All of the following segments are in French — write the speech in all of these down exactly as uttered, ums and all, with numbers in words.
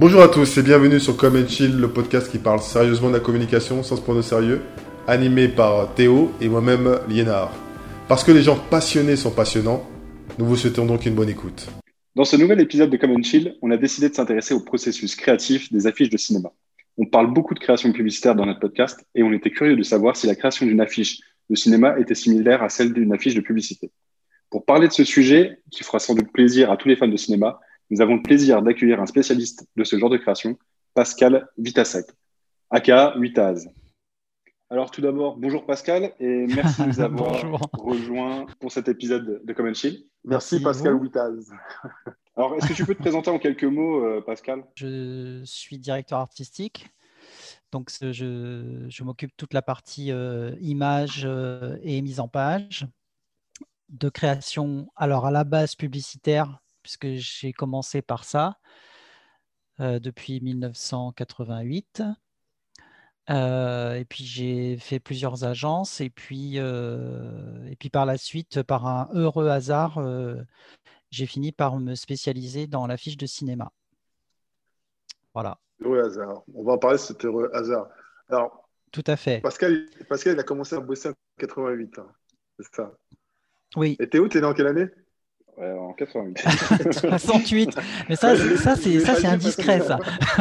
Bonjour à tous et bienvenue sur Come and Chill, le podcast qui parle sérieusement de la communication sans se prendre au sérieux, animé par Théo et moi-même Liénard. Parce que les gens passionnés sont passionnants, nous vous souhaitons donc une bonne écoute. Dans ce nouvel épisode de Come and Chill, on a décidé de s'intéresser au processus créatif des affiches de cinéma. On parle beaucoup de création publicitaire dans notre podcast et on était curieux de savoir si la création d'une affiche de cinéma était similaire à celle d'une affiche de publicité. Pour parler de ce sujet, qui fera sans doute plaisir à tous les fans de cinéma, nous avons le plaisir d'accueillir un spécialiste de ce genre de création, Pascal Vitasek, aka Vitaz. Alors tout d'abord, bonjour Pascal et merci de nous avoir rejoints pour cet épisode de Come and Chill. Merci, Merci Pascal vous. Vitaz. Alors, est-ce que tu peux te présenter en quelques mots, euh, Pascal? Je suis directeur artistique, donc je, je m'occupe de toute la partie euh, image euh, et mise en page, de création, alors à la base publicitaire, puisque j'ai commencé par ça euh, depuis mille neuf cent quatre-vingt-huit. Euh, et puis j'ai fait plusieurs agences, et puis, euh, et puis par la suite, par un heureux hasard, euh, j'ai fini par me spécialiser dans l'affiche de cinéma. Voilà. Heureux hasard. On va en parler de cet heureux hasard. Alors, Tout à fait. Pascal, Pascal il a commencé à bosser en quatre-vingt-huit. Hein. C'est ça. Oui. Et Théo, t'es né en quelle année? Ouais, en quatre-vingt-huit. soixante-huit. Mais ça, c'est, ça, c'est, ça, c'est indiscret, ça.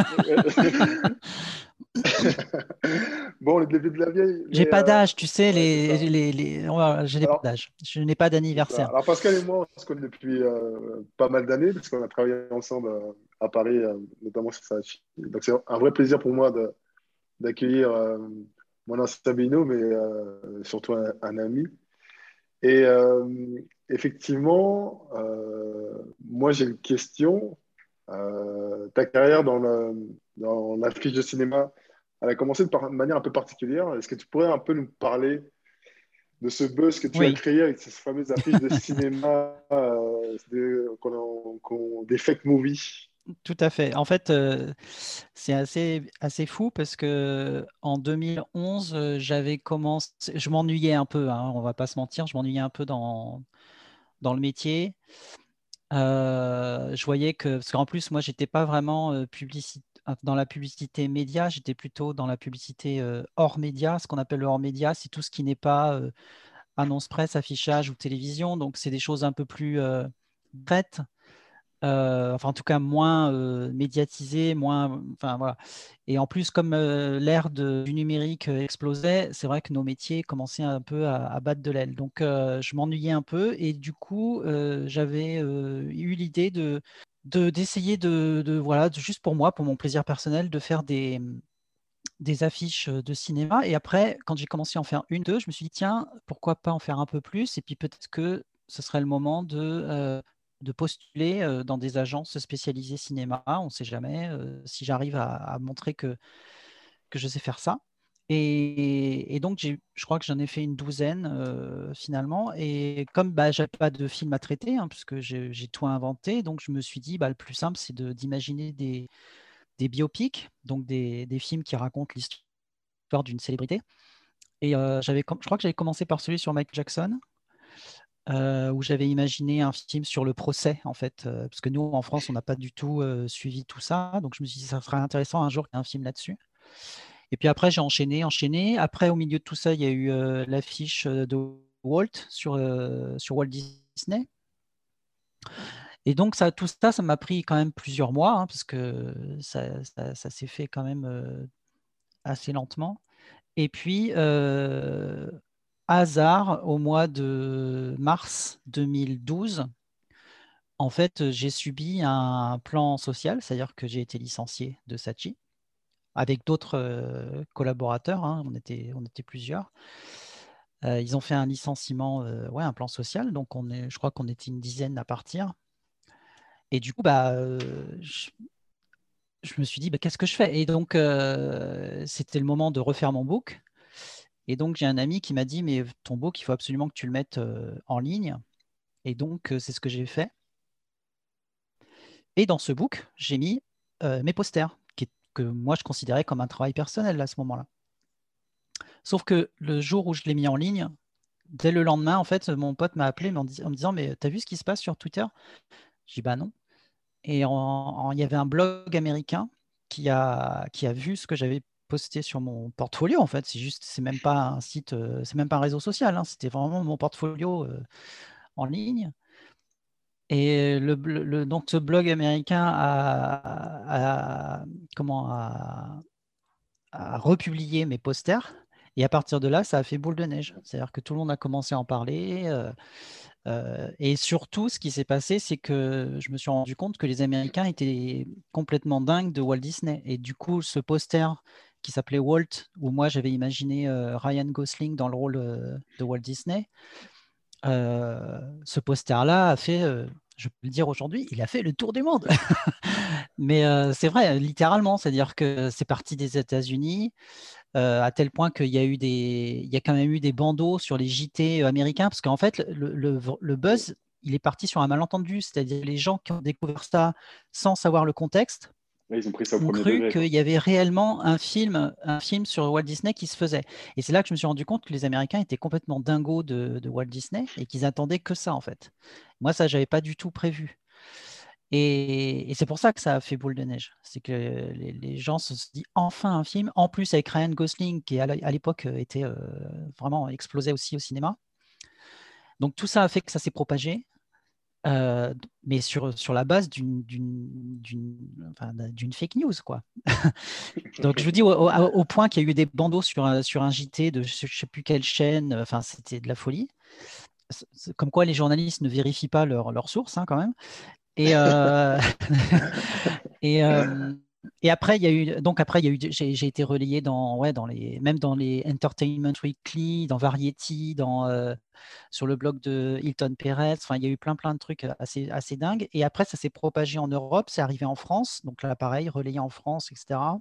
Bon, le début de la vieille. J'ai mais, pas euh, d'âge, tu sais, ouais, les, c'est ça. les, les, ouais, je n'ai Alors, pas d'âge. Je n'ai pas c'est ça. d'anniversaire. Alors, Pascal et moi, on se connaît depuis euh, pas mal d'années, parce qu'on a travaillé ensemble euh, à Paris, euh, notamment sur ça. Donc, c'est un vrai plaisir pour moi de, d'accueillir euh, mon ancien binôme, mais euh, surtout un, un ami. Et euh, effectivement, euh, moi, j'ai une question. Euh, ta carrière dans, le, dans l'affiche de cinéma, elle a commencé de, par- de manière un peu particulière. Est-ce que tu pourrais un peu nous parler de ce buzz que tu as Oui, créé avec ces fameuses affiches de cinéma, euh, des, qu'on- qu'on- des fake movies? tout à fait. En fait, euh, c'est assez, assez fou parce que en deux mille onze, euh, j'avais commencé, je m'ennuyais un peu, hein, on va pas se mentir, je m'ennuyais un peu dans, dans le métier. Euh, je voyais que, parce qu'en plus, moi, j'étais pas vraiment euh, publici- dans la publicité média, j'étais plutôt dans la publicité euh, hors média. Ce qu'on appelle le hors média, c'est tout ce qui n'est pas euh, annonce presse, affichage ou télévision. Donc, c'est des choses un peu plus euh, prêtes, euh, enfin, en tout cas, moins euh, médiatisées, moins. Enfin, voilà. Et en plus, comme euh, l'ère de- du numérique euh, explosait, c'est vrai que nos métiers commençaient un peu à, à battre de l'aile. Donc, euh, je m'ennuyais un peu et du coup, euh, j'avais euh, eu l'idée de, de- d'essayer de, de- voilà, de- juste pour moi, pour mon plaisir personnel, de faire des, des affiches de cinéma. Et après, quand j'ai commencé à en faire une, deux, je me suis dit, tiens, pourquoi pas en faire un peu plus? Et puis peut-être que ce serait le moment de, euh, de postuler euh, dans des agences spécialisées cinéma. On ne sait jamais euh, si j'arrive à, à montrer que, que je sais faire ça. Et, et donc, j'ai, je crois que j'en ai fait une douzaine euh, finalement. Et comme bah, je n'avais pas de film à traiter, hein, puisque j'ai, j'ai tout inventé, donc je me suis dit, bah, le plus simple, c'est de, d'imaginer des, des biopics, donc des, des films qui racontent l'histoire d'une célébrité. Et euh, j'avais, je crois que j'avais commencé par celui sur Michael Jackson, euh, où j'avais imaginé un film sur le procès, en fait, euh, parce que nous, en France, on n'a pas du tout euh, suivi tout ça. Donc, je me suis dit, ça serait intéressant un jour qu'il y ait un film là-dessus. Et puis après, j'ai enchaîné, enchaîné. Après, au milieu de tout ça, il y a eu euh, l'affiche de Walt sur, euh, sur Walt Disney. Et donc, ça, tout ça, ça m'a pris quand même plusieurs mois, hein, parce que ça, ça, ça s'est fait quand même euh, assez lentement. Et puis, euh, hasard, au mois de mars deux mille douze, en fait, j'ai subi un plan social, c'est-à-dire que j'ai été licencié de Saatchi avec d'autres euh, collaborateurs, hein, on était, on était plusieurs. Euh, ils ont fait un licenciement, euh, ouais, un plan social, donc on est, je crois qu'on était une dizaine à partir. Et du coup, bah, euh, je, je me suis dit, bah, qu'est-ce que je fais? Et donc, euh, c'était le moment de refaire mon book. Et donc, j'ai un ami qui m'a dit, mais ton book, il faut absolument que tu le mettes euh, en ligne. Et donc, euh, c'est ce que j'ai fait. Et dans ce book, j'ai mis euh, mes posters, qui, que moi, je considérais comme un travail personnel à ce moment-là. Sauf que le jour où je l'ai mis en ligne, dès le lendemain, en fait, mon pote m'a appelé en, dis- en me disant, mais t'as vu ce qui se passe sur Twitter? Je dis, bah non. Et en- en- il y avait un blog américain qui a, qui a vu ce que j'avais posté sur mon portfolio. En fait, c'est juste, c'est même pas un site, euh, c'est même pas un réseau social, hein, c'était vraiment mon portfolio euh, en ligne. Et le, le- le- donc ce blog américain a, a- comment, a, a republié mes posters. Et à partir de là, ça a fait boule de neige. C'est-à-dire que tout le monde a commencé à en parler. euh, euh, et surtout, ce qui s'est passé, c'est que je me suis rendu compte que les Américains étaient complètement dingues de Walt Disney. Et du coup, ce poster qui s'appelait Walt, où moi j'avais imaginé euh, Ryan Gosling dans le rôle euh, de Walt Disney, euh, ce poster-là a fait, euh, je peux le dire aujourd'hui, il a fait le tour du monde. Mais euh, c'est vrai, littéralement, c'est-à-dire que c'est parti des États-Unis, euh, à tel point qu'il y a eu des, il y a quand même eu des bandeaux sur les J T américains, parce qu'en fait, le, le- le buzz, il est parti sur un malentendu, c'est-à-dire les gens qui ont découvert ça sans savoir le contexte Là, ils ont pris ça au ont premier cru degré, qu'il quoi. y avait réellement un film, un film sur Walt Disney qui se faisait. Et c'est là que je me suis rendu compte que les Américains étaient complètement dingos de, de Walt Disney et qu'ils attendaient que ça, en fait. Moi, ça, j'avais pas du tout prévu. Et, et c'est pour ça que ça a fait boule de neige. C'est que les, les gens se sont dit enfin un film, en plus avec Ryan Gosling, qui à la- à l'époque euh, était euh, vraiment explosé aussi au cinéma. Donc tout ça a fait que ça s'est propagé, euh, mais sur, sur la base d'une d'une d'une enfin, d'une fake news, quoi. Donc je vous dis au, au- au point qu'il y a eu des bandeaux sur un, sur un J T de je ne sais plus quelle chaîne, enfin c'était de la folie. C'est- c'est Comme quoi les journalistes ne vérifient pas leurs leurs sources, hein, quand même. Et, euh, et, euh, et après, il y a eu, donc après, il y a eu, j'ai, j'ai été relayé dans, ouais, dans les, même dans les Entertainment Weekly, dans Variety, dans, euh, sur le blog de Hilton Perez. Enfin, il y a eu plein, plein de trucs assez, assez dingues. Et après, ça s'est propagé en Europe, c'est arrivé en France. Donc là, pareil, relayé en France, et cetera.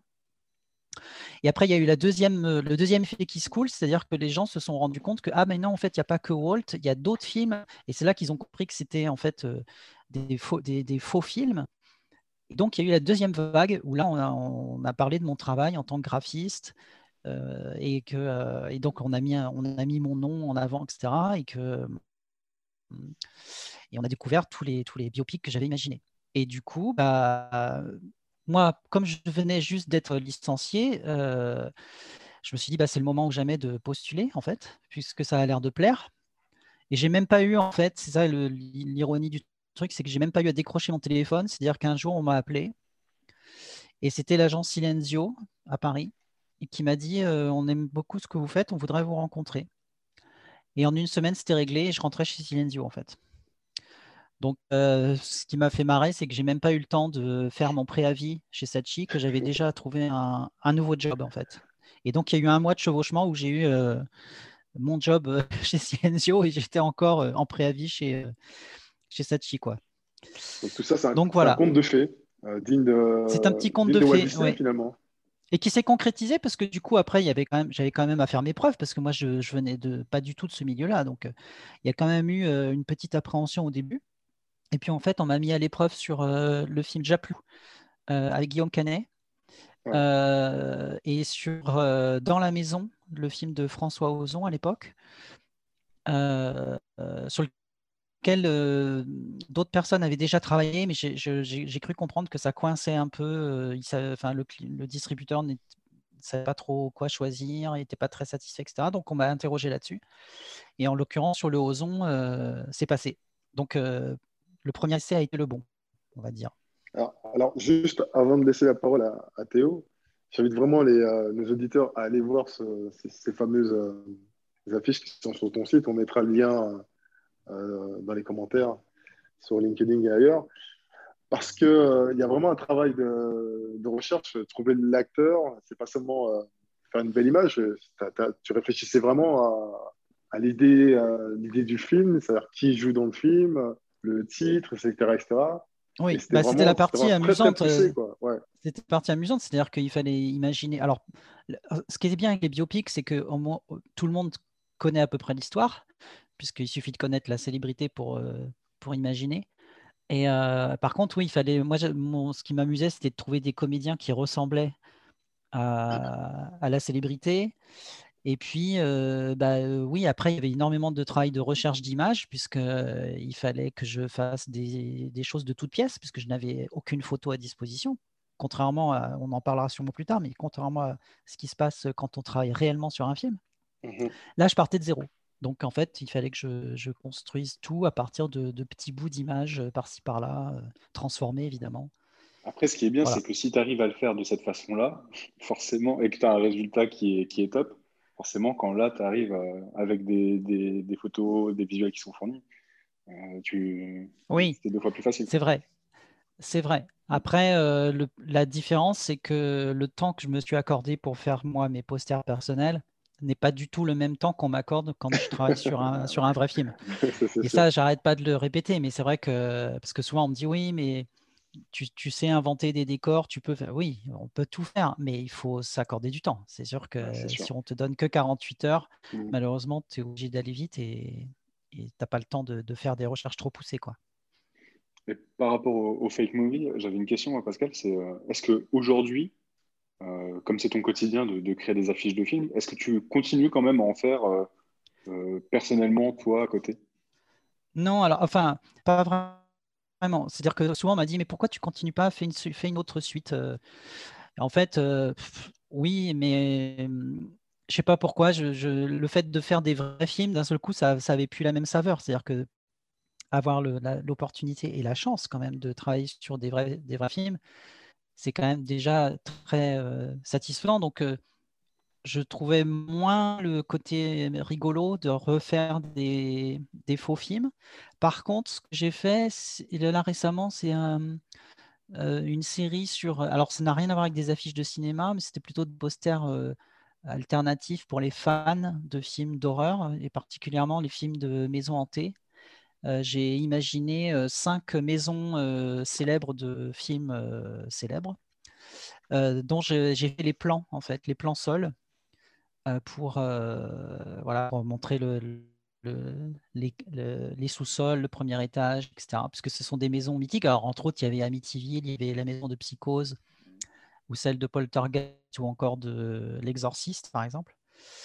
Et après, il y a eu la deuxième, euh, le deuxième effet qui se coule, c'est-à-dire que les gens se sont rendus compte que, ah, mais non, en fait, il n'y a pas que Walt, il y a d'autres films. Et c'est là qu'ils ont compris que c'était en fait euh, des faux, des, des faux films. Et donc, il y a eu la deuxième vague où là, on a, on a parlé de mon travail en tant que graphiste euh, et, que, euh, et donc on a, mis un- on a mis mon nom en avant, et cetera. Et, que, et on a découvert tous les, tous les biopics que j'avais imaginés. Et du coup, bah, moi, comme je venais juste d'être licencié, euh, je me suis dit, bah, c'est le moment ou jamais de postuler, en fait, puisque ça a l'air de plaire. Et j'ai même pas eu, en fait, c'est ça le- l'ironie du truc, c'est que j'ai même pas eu à décrocher mon téléphone. C'est-à-dire qu'un jour, on m'a appelé. Et c'était l'agence Silenzio à Paris et qui m'a dit euh, on aime beaucoup ce que vous faites, on voudrait vous rencontrer. Et en une semaine, c'était réglé et je rentrais chez Silenzio en fait. Donc, euh, ce qui m'a fait marrer, c'est que j'ai même pas eu le temps de faire mon préavis chez Sachi, que j'avais déjà trouvé un, un nouveau job en fait. Et donc, il y a eu un mois de chevauchement où j'ai eu euh, mon job euh, chez Silenzio et j'étais encore euh, en préavis chez, euh, chez Sachi, quoi. Donc tout ça, c'est un, Donc c'est un voilà, conte de fées, euh, digne c'est un de, petit conte digne de de Walt fées, Disney oui. finalement. Et qui s'est concrétisé parce que du coup, après, il y avait quand même, j'avais quand même à faire mes preuves parce que moi, je, je venais de pas du tout de ce milieu-là. Donc, euh, il y a quand même eu euh, une petite appréhension au début. Et puis, en fait, on m'a mis à l'épreuve sur euh, le film Japlou euh, avec Guillaume Canet Ouais. euh, et sur euh, Dans la maison, le film de François Ozon à l'époque, euh, euh, sur lequel euh, d'autres personnes avaient déjà travaillé, mais j'ai je- j'ai- j'ai cru comprendre que ça coinçait un peu. euh, il sa- enfin, le, cli- le distributeur ne savait pas trop quoi choisir, il n'était pas très satisfait, et cetera. Donc, on m'a interrogé là-dessus. Et en l'occurrence, sur le Ozon, euh, c'est passé. Donc, euh, le premier essai a été le bon, on va dire. Alors, alors, juste avant de laisser la parole à, à Théo, j'invite vraiment les, euh, nos auditeurs à aller voir ce- ces, ces fameuses euh, affiches qui sont sur ton site. On mettra le lien euh, dans les commentaires sur LinkedIn et ailleurs. Parce que, euh, il y a vraiment un travail de, de recherche. Trouver l'acteur, c'est pas seulement euh, faire une belle image. T'as- t'as- tu réfléchissais vraiment à, à l'idée, euh, l'idée du film, c'est-à-dire qui joue dans le film, le titre, et cetera, et cetera. Et Oui, c'était bah, c'était la vraiment, c'était partie vraiment très, très amusante. euh, poussé, quoi. Ouais. C'était la partie amusante, c'est-à-dire qu'il fallait imaginer. Alors, le- ce qui est bien avec les biopics, c'est que au moins, tout le monde connaît à peu près l'histoire, puisqu'il suffit de connaître la célébrité pour, euh, pour imaginer. Et euh, par contre, oui, il fallait. Moi, j'ai- mon- ce qui m'amusait, c'était de trouver des comédiens qui ressemblaient à, à la célébrité Et puis, euh, bah, euh, oui, après, il y avait énormément de travail de recherche d'images, puisqu'il euh, fallait que je fasse des, des choses de toutes pièces, puisque je n'avais aucune photo à disposition. Contrairement à, on en parlera sûrement plus tard, mais contrairement à ce qui se passe quand on travaille réellement sur un film, Mhm. là, je partais de zéro. Donc, en fait, il fallait que je, je construise tout à partir de, de petits bouts d'images euh, par-ci, par-là, euh, transformés, évidemment. Après, ce qui est bien, Voilà. c'est que si tu arrives à le faire de cette façon-là, forcément, et que tu as un résultat qui est, qui est top, forcément, quand là, tu arrives avec des, des, des photos, des visuels qui sont fournis, euh, tu... Oui, c'est deux fois plus facile, c'est quoi. vrai. C'est vrai. Après, euh, le- la différence, c'est que le temps que je me suis accordé pour faire moi mes posters personnels n'est pas du tout le même temps qu'on m'accorde quand je travaille sur un, sur un vrai film. Ça, c'est Et sûr. ça, j'arrête pas de le répéter, mais c'est vrai que, parce que souvent on me dit oui, mais tu, tu sais inventer des décors, tu peux faire. Oui, on peut tout faire, mais il faut s'accorder du temps. C'est sûr Ouais, c'est que sûr. si on te donne que quarante-huit heures, Mhm. malheureusement, tu es obligé d'aller vite et tu n'as pas le temps de, de faire des recherches trop poussées, quoi. Et par rapport au, au fake movie, j'avais une question, moi, Pascal, c'est euh, est-ce que aujourd'hui, euh, comme c'est ton quotidien de, de créer des affiches de films, est-ce que tu continues quand même à en faire euh, euh, personnellement, toi, à côté? Non, alors, enfin, pas vraiment. C'est-à-dire que souvent, on m'a dit, mais pourquoi tu continues pas, fais une, su- fais une autre suite. euh. En fait, euh, pff, oui, mais euh, je sais pas pourquoi. Je, je- le fait de faire des vrais films, d'un seul coup, ça, ça avait plus la même saveur. C'est-à-dire que avoir le- la- l'opportunité et la chance quand même de travailler sur des vrais, des vrais films, c'est quand même déjà très euh, satisfaisant. Donc, euh, je trouvais moins le côté rigolo de refaire des, des faux films. Par contre, ce que j'ai fait c'est- là récemment, c'est un- euh, une série sur. Alors, ça n'a rien à voir avec des affiches de cinéma, mais c'était plutôt de posters euh, alternatifs pour les fans de films d'horreur et particulièrement les films de maisons hantées. Euh, j'ai imaginé euh, cinq maisons euh, célèbres de films euh, célèbres, euh, dont j'ai j'ai fait les plans, en fait, les plans sols euh, pour, euh, voilà, pour montrer le, le- les, le- les sous-sols, le premier étage, et cetera. Parce que ce sont des maisons mythiques. Alors, entre autres, il y avait Amityville, il y avait la maison de Psychose, ou celle de Poltergeist, ou encore de L'Exorciste, par exemple.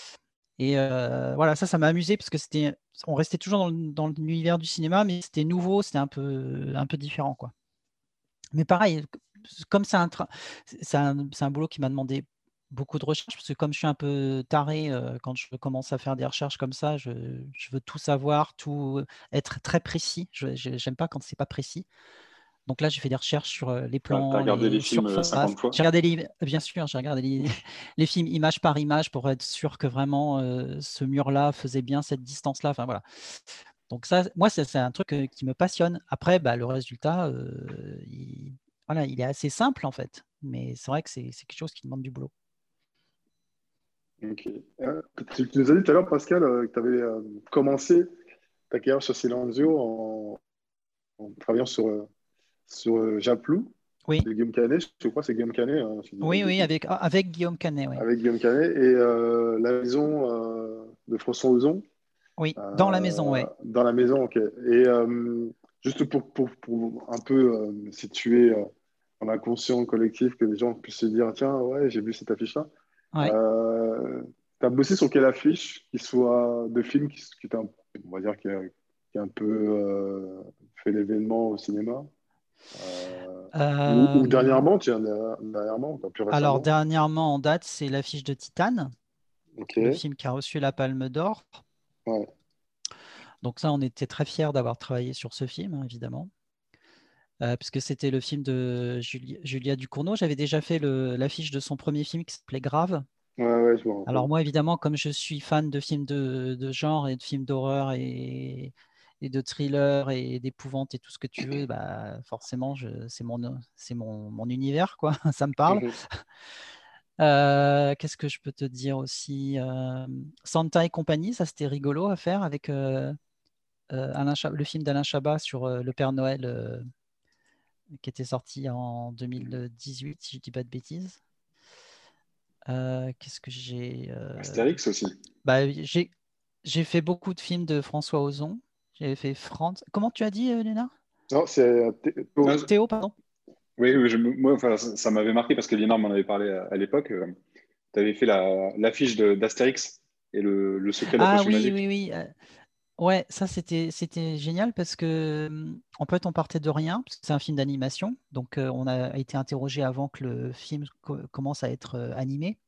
Et euh, voilà, ça, ça m'a amusé parce que c'était, on restait toujours dans, le- dans l'univers du cinéma, mais c'était nouveau, c'était un peu, un peu différent, quoi. Mais pareil, comme c'est un, tra- c'est un, c'est un boulot qui m'a demandé beaucoup de recherche, parce que comme je suis un peu taré, euh, quand je commence à faire des recherches comme ça, je, je veux tout savoir, tout être très précis. Je n'aime pas quand c'est pas précis. Donc là, j'ai fait des recherches sur euh, les T'as, t'as plans, regardé les les films euh, surfaces. cinquante fois? J'ai regardé les, bien sûr, j'ai regardé les, les films image par image pour être sûr que vraiment euh, ce mur-là faisait bien cette distance-là. Enfin voilà. Donc ça, moi, c'est c'est un truc euh, qui me passionne. Après, bah, le résultat, euh, il, voilà, il est assez simple en fait. Mais c'est vrai que c'est c'est quelque chose qui demande du boulot. Ok. Euh, tu, tu nous as dit tout à l'heure, Pascal, euh, que tu avais euh, commencé ta carrière sur Silenzio en, en travaillant sur, euh, sur euh, Japlou Oui, de Guillaume Canet. Je crois que c'est Guillaume Canet, hein, si je dis pas de oui, oui, bêtises. avec, ah, avec Guillaume Canet, oui. Avec Guillaume Canet et euh, la maison euh, de François Ozon Oui, dans la maison, euh, oui. dans la maison. Ok. Et euh, juste pour, pour, pour un peu euh, situer euh, en inconscient collectif, que les gens puissent se dire, tiens, ouais, j'ai vu cette affiche-là. Ouais. Euh, tu as bossé sur quelle affiche qui soit de film qui, qui t'a, on va dire, qui a, qui a un peu euh, fait l'événement au cinéma euh, ou, ou Euh, dernièrement, tiens, derrière- dernièrement, enfin, plus alors, récemment. dernièrement, en date, c'est l'affiche de Titane, Ok. le film qui a reçu la Palme d'Or. Ouais. Donc ça, on était très fiers d'avoir travaillé sur ce film, hein, évidemment. Euh, puisque c'était le film de Julia, Julia Ducournau. J'avais déjà fait le- l'affiche de son premier film qui s'appelait Grave. Ouais, ouais, je me Alors rappelle. moi, évidemment, comme je suis fan de films de, de genre et de films d'horreur et, et de thriller et d'épouvante et tout ce que tu veux, bah, forcément, je- c'est mon, c'est mon, mon univers, quoi. Ça me parle. Mhm. Euh, qu'est-ce que je peux te dire aussi? Euh, Santa et compagnie, ça c'était rigolo à faire avec euh, euh, Alain Chabat- le film d'Alain Chabat sur euh, le Père Noël euh, qui était sorti en deux mille dix-huit, si je dis pas de bêtises. Euh, qu'est-ce que j'ai euh, Astérix aussi. bah, j'ai j'ai fait beaucoup de films de François Ozon. J'avais fait France. Comment tu as dit, euh, Léna? Non, c'est euh, Non, Théo. Théo, pardon. oui, oui, je- moi, enfin, ça, ça m'avait marqué parce que Liénard m'en avait parlé à, à l'époque. tu avais fait la, l'affiche de- d'Astérix et le, le secret de la Ah potion oui, magique. oui, oui. euh, Ouais, ça c'était c'était génial parce que hum, en fait on partait de rien, parce que c'est un film d'animation, donc euh, on a été interrogé avant que le film co- commence à être euh, animé.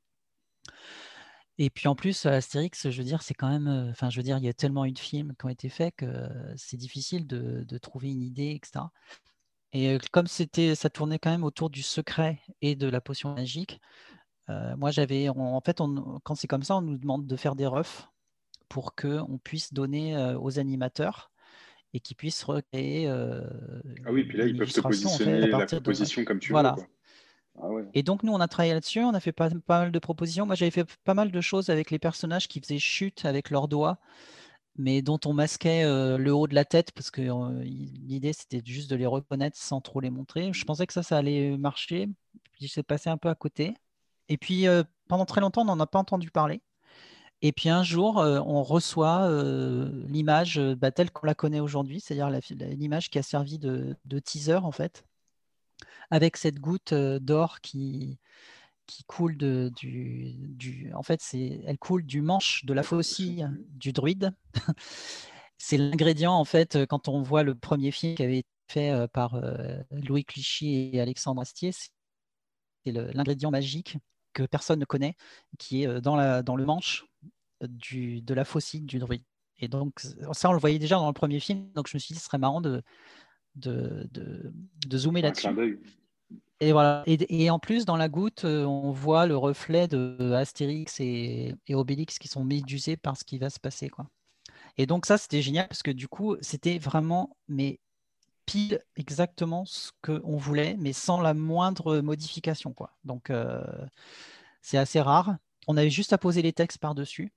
Et puis en plus, euh, Astérix, je veux dire, c'est quand même, euh, enfin je veux dire, il y a tellement eu de films qui ont été faits que euh, c'est difficile de, de trouver une idée, et cetera. Et euh, comme c'était, ça tournait quand même autour du secret et de la potion magique, euh, moi j'avais, on- en fait, on- quand c'est comme ça, on nous demande de faire des refs pour qu'on puisse donner euh, aux animateurs et qu'ils puissent recréer euh, Ah oui, puis là, une ils peuvent te illustration en fait à positionner la partir de. composition comme tu veux, Voilà. quoi. Ah ouais. Et donc nous, on a travaillé là-dessus, on a fait pas, pas mal de propositions. Moi, j'avais fait pas mal de choses avec les personnages qui faisaient chute avec leurs doigts, mais dont on masquait euh, le haut de la tête parce que euh, l'idée c'était juste de les reconnaître sans trop les montrer. Je pensais que ça, ça allait marcher, puis c'est passé un peu à côté. Et puis euh, pendant très longtemps, on n'en a pas entendu parler. Et puis un jour, euh, on reçoit euh, l'image euh, bah, telle qu'on la connaît aujourd'hui, c'est-à-dire la- la- l'image qui a servi de, de teaser en fait, avec cette goutte euh, d'or qui, qui coule de, du, du- En fait, c'est, elle coule du manche de la La potion. faucille du druide. C'est l'ingrédient en fait euh, quand on voit le premier film qui avait été fait euh, par euh, Louis Clichy et Alexandre Astier, c'est le- l'ingrédient magique que personne ne connaît, qui est euh, dans, la, dans le manche du, de la faucille du druide. Et donc, ça, on le voyait déjà dans le premier film, donc je me suis dit, ce serait marrant de, de, de, de zoomer Un clin là-dessus. d'œil. Et voilà. Et, et en plus, dans la goutte, euh, on voit le reflet de Astérix et, et Obélix qui sont médusés par ce qui va se passer, quoi. Et donc, ça, c'était génial parce que du coup, c'était vraiment, mais pile exactement ce qu'on voulait, mais sans la moindre modification, quoi. Donc, euh, c'est assez rare. On avait juste à poser les textes par-dessus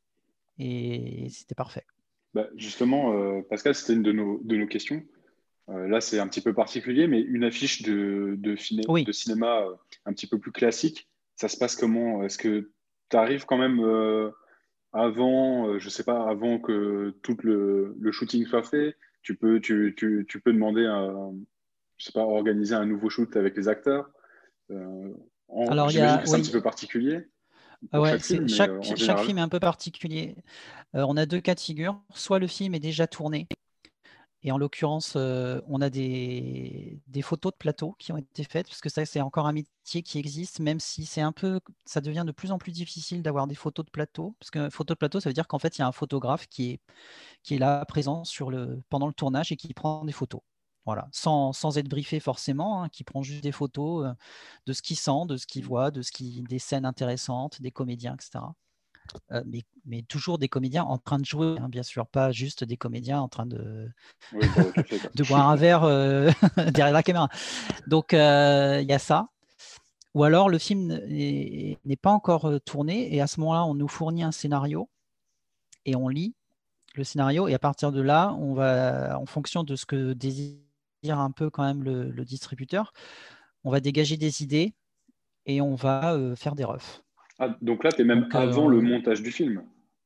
et c'était parfait. Bah, justement, euh, Pascal, c'était une de nos, de nos questions. Euh, là, c'est un petit peu particulier, mais une affiche de, de, finé- Oui. de cinéma euh, un petit peu plus classique, ça se passe comment? Est-ce que tu arrives quand même euh, avant, euh, je sais pas, avant que tout le, le shooting soit fait? Tu peux, tu, tu, tu peux demander, un, je sais pas, organiser un nouveau shoot avec les acteurs. Euh, en- Alors, il y j'imagine a, que c'est un petit oui, peu particulier ah pour ouais, chaque film, c'est, mais chaque, euh, en chaque général. film est un peu particulier. Euh, on a deux cas de figure. Soit le film est déjà tourné, et en l'occurrence, euh, on a des, des photos de plateau qui ont été faites, parce que ça, c'est encore un métier qui existe, même si c'est un peu, ça devient de plus en plus difficile d'avoir des photos de plateau, parce que photo de plateau, ça veut dire qu'en fait, il y a un photographe qui est, qui est là, présent sur le, pendant le tournage et qui prend des photos. Voilà, sans, sans être briefé forcément, hein, qui prend juste des photos euh, de ce qu'il sent, de ce qu'il voit, de ce qui, des scènes intéressantes, des comédiens, et cetera. Euh, mais, mais toujours des comédiens en train de jouer, hein, bien sûr, pas juste des comédiens en train de, Oui, boire le café, quoi. de boire un verre euh, derrière la caméra. Donc, euh, il y a ça. Ou alors, le film n'est n'est pas encore euh, tourné et à ce moment-là, on nous fournit un scénario et on lit le scénario. Et à partir de là, on va, en fonction de ce que désire un peu quand même le, le distributeur, on va dégager des idées et on va euh, faire des refs. Ah, donc là, tu es même Donc, avant le euh, montage du film.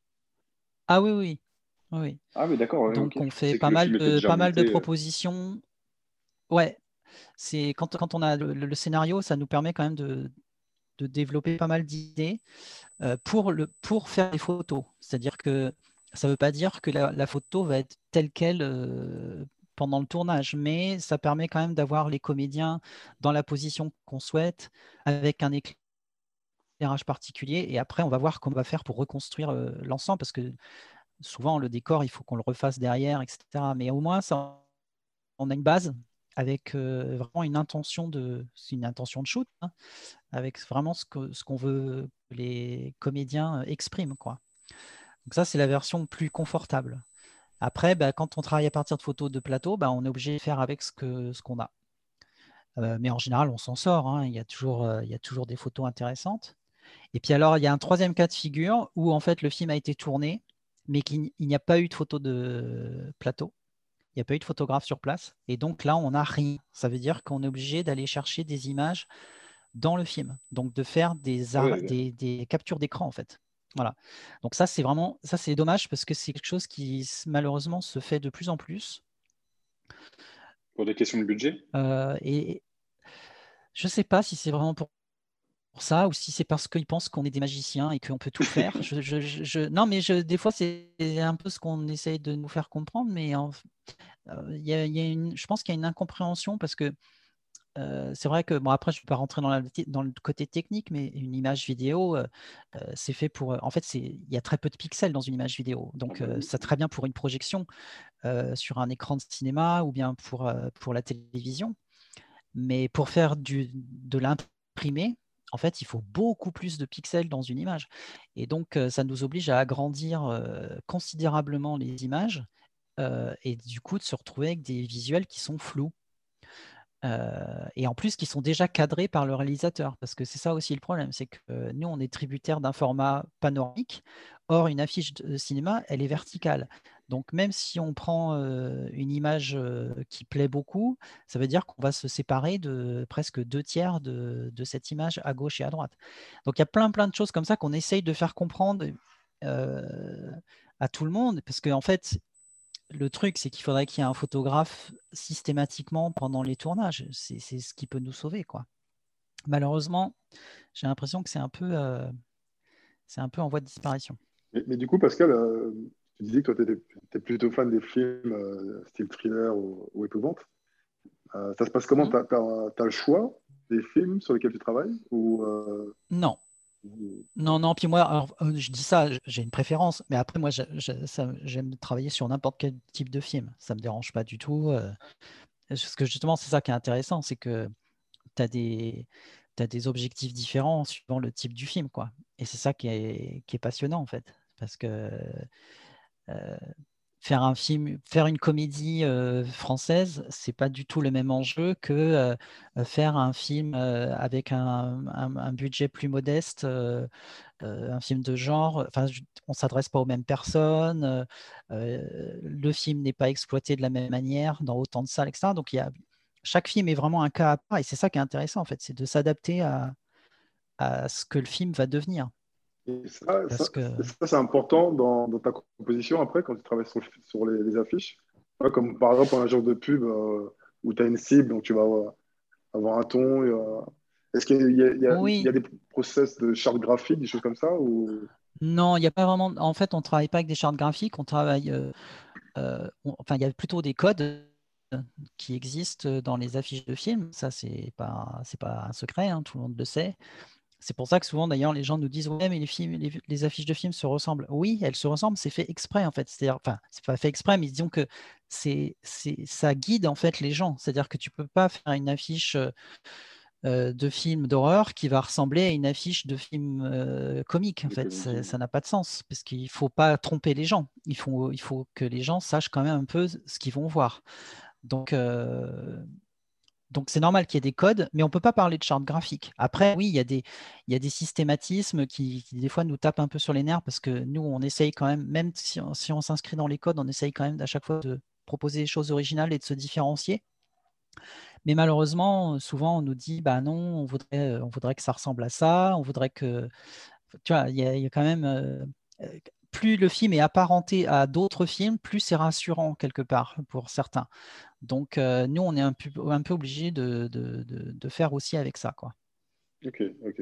ah oui, oui, oui. Oui. Ah oui, d'accord, ouais, ok. Donc, on Je fait pensais que pas le mal film était de, déjà pas mal de monté. euh. propositions. Ouais, c'est quand, quand on a le, le scénario, ça nous permet quand même de, de développer pas mal d'idées euh, pour, le, pour faire des photos. C'est-à-dire que ça ne veut pas dire que la, la photo va être telle qu'elle euh, pendant le tournage, mais ça permet quand même d'avoir les comédiens dans la position qu'on souhaite, avec un éclairage particulier. Et après, on va voir comment on va faire pour reconstruire euh, l'ensemble, parce que souvent, le décor, il faut qu'on le refasse derrière, et cetera. Mais au moins, ça, on a une base avec euh, vraiment une intention de, c'est une intention de shoot, hein, avec vraiment ce que, ce qu'on veut que les comédiens euh, expriment, quoi. Donc ça, c'est la version plus confortable. Après, bah, quand on travaille à partir de photos de plateau, bah, on est obligé de faire avec ce que, ce qu'on a. Euh, mais en général, on s'en sort, hein. Il y a toujours, euh, il y a toujours des photos intéressantes. Et puis alors, il y a un troisième cas de figure où en fait le film a été tourné, mais qu'il n'y a pas eu de photo de plateau. Il n'y a pas eu de photographe sur place. Et donc là, on n'a rien. Ça veut dire qu'on est obligé d'aller chercher des images dans le film. Donc de faire des, Ah ar- ouais, ouais. des, des captures d'écran, en fait. Voilà. Donc ça, c'est vraiment, ça, c'est dommage parce que c'est quelque chose qui s- malheureusement se fait de plus en plus. Pour des questions de budget? Euh, et je ne sais pas si c'est vraiment pour ça ou si c'est parce qu'ils pensent qu'on est des magiciens et qu'on peut tout faire. Je, je, je, je... Non, mais je, des fois, c'est un peu ce qu'on essaye de nous faire comprendre, mais en... euh, y a, y a une... je pense qu'il y a une incompréhension parce que euh, c'est vrai que, bon, après, je ne vais pas rentrer dans, la, dans le côté technique, mais une image vidéo, euh, euh, c'est fait pour. En fait, il y a très peu de pixels dans une image vidéo. Donc, euh, ça très bien pour une projection euh, sur un écran de cinéma ou bien pour, euh, pour la télévision. Mais pour faire du, de l'imprimé, en fait, il faut beaucoup plus de pixels dans une image. Et donc, euh, ça nous oblige à agrandir euh, considérablement les images euh, et du coup, de se retrouver avec des visuels qui sont flous. Euh, et en plus, qui sont déjà cadrés par le réalisateur. Parce que c'est ça aussi le problème, c'est que euh, nous, on est tributaire d'un format panoramique. Or, une affiche de cinéma, elle est verticale. Donc, même si on prend euh, une image euh, qui plaît beaucoup, ça veut dire qu'on va se séparer de presque deux tiers de, de cette image à gauche et à droite. Donc, il y a plein, plein de choses comme ça qu'on essaye de faire comprendre euh, à tout le monde. Parce qu'en fait, le truc, c'est qu'il faudrait qu'il y ait un photographe systématiquement pendant les tournages. C'est ce qui peut nous sauver, quoi. Malheureusement, j'ai l'impression que c'est un peu, euh, c'est un peu en voie de disparition. Mais, mais du coup, Pascal, euh, tu disais que toi, tu étais plutôt fan des films euh, style thriller ou, ou épouvante. Euh, ça se passe comment? Hmm. Tu as, le choix des films sur lesquels tu travailles ou, euh, Non. ou- Non, non, puis moi, alors, euh, je dis ça, j'ai une préférence, mais après, moi, j'aime travailler sur n'importe quel type de film. Ça ne me dérange pas du tout. euh, Parce que justement, c'est ça qui est intéressant, c'est que tu as des, t'as des objectifs différents suivant le type du film, quoi. Et c'est ça qui est, qui est passionnant, en fait. Parce que euh, faire un film, faire une comédie euh, française, c'est pas du tout le même enjeu que euh, faire un film euh, avec un, un- un budget plus modeste, euh, euh, un film de genre. Enfin, je- on s'adresse pas aux mêmes personnes. euh, euh, le film n'est pas exploité de la même manière dans autant de salles, et cetera. Donc, il y a, chaque film est vraiment un cas à part, et c'est ça qui est intéressant, en fait, c'est de s'adapter à, à ce que le film va devenir. Et ça, ça, Parce que ça, c'est important dans, dans ta composition après, quand tu travailles sur, sur les, les affiches. Ouais, comme par exemple, un agence de pub euh, où tu as une cible, donc tu vas avoir, avoir un ton. et, euh, Est-ce qu'il y a, il y a- il y oui, a des process de charte graphique, des choses comme ça ou... non, il n'y a pas vraiment. En fait, on ne travaille pas avec des chartes graphiques, on travaille. euh, euh, on- enfin, il y a plutôt des codes qui existent dans les affiches de films. Ça, c'est pas, c'est pas un secret, hein, tout le monde le sait. C'est pour ça que souvent, d'ailleurs, les gens nous disent, ouais, mais les films, les, les affiches de films se ressemblent. Oui, elles se ressemblent, c'est fait exprès, en fait. C'est-à-dire, enfin, c'est pas fait exprès, mais disons que c'est, c'est, ça guide, en fait, les gens. C'est-à-dire que tu peux pas faire une affiche euh, de film d'horreur qui va ressembler à une affiche de film euh, comique. En de fait, comédie. ça ça n'a pas de sens parce qu'il faut pas tromper les gens. Il faut, il faut que les gens sachent quand même un peu ce qu'ils vont voir. Donc, euh, donc c'est normal qu'il y ait des codes, mais on ne peut pas parler de charte graphique. Après, oui, il y a des, il y a des systématismes qui, qui, des fois, nous tapent un peu sur les nerfs parce que nous, on essaye quand même, même si on, si on s'inscrit dans les codes, on essaye quand même à chaque fois de proposer des choses originales et de se différencier. Mais malheureusement, souvent, on nous dit, bah non, on voudrait, euh, on voudrait que ça ressemble à ça, on voudrait que... Tu vois, il y, a il y a quand même... euh, euh, plus le film est apparenté à d'autres films, plus c'est rassurant quelque part pour certains. Donc, euh, nous, on est un peu, un peu obligé de, de, de- de faire aussi avec ça, quoi. Ok, ok.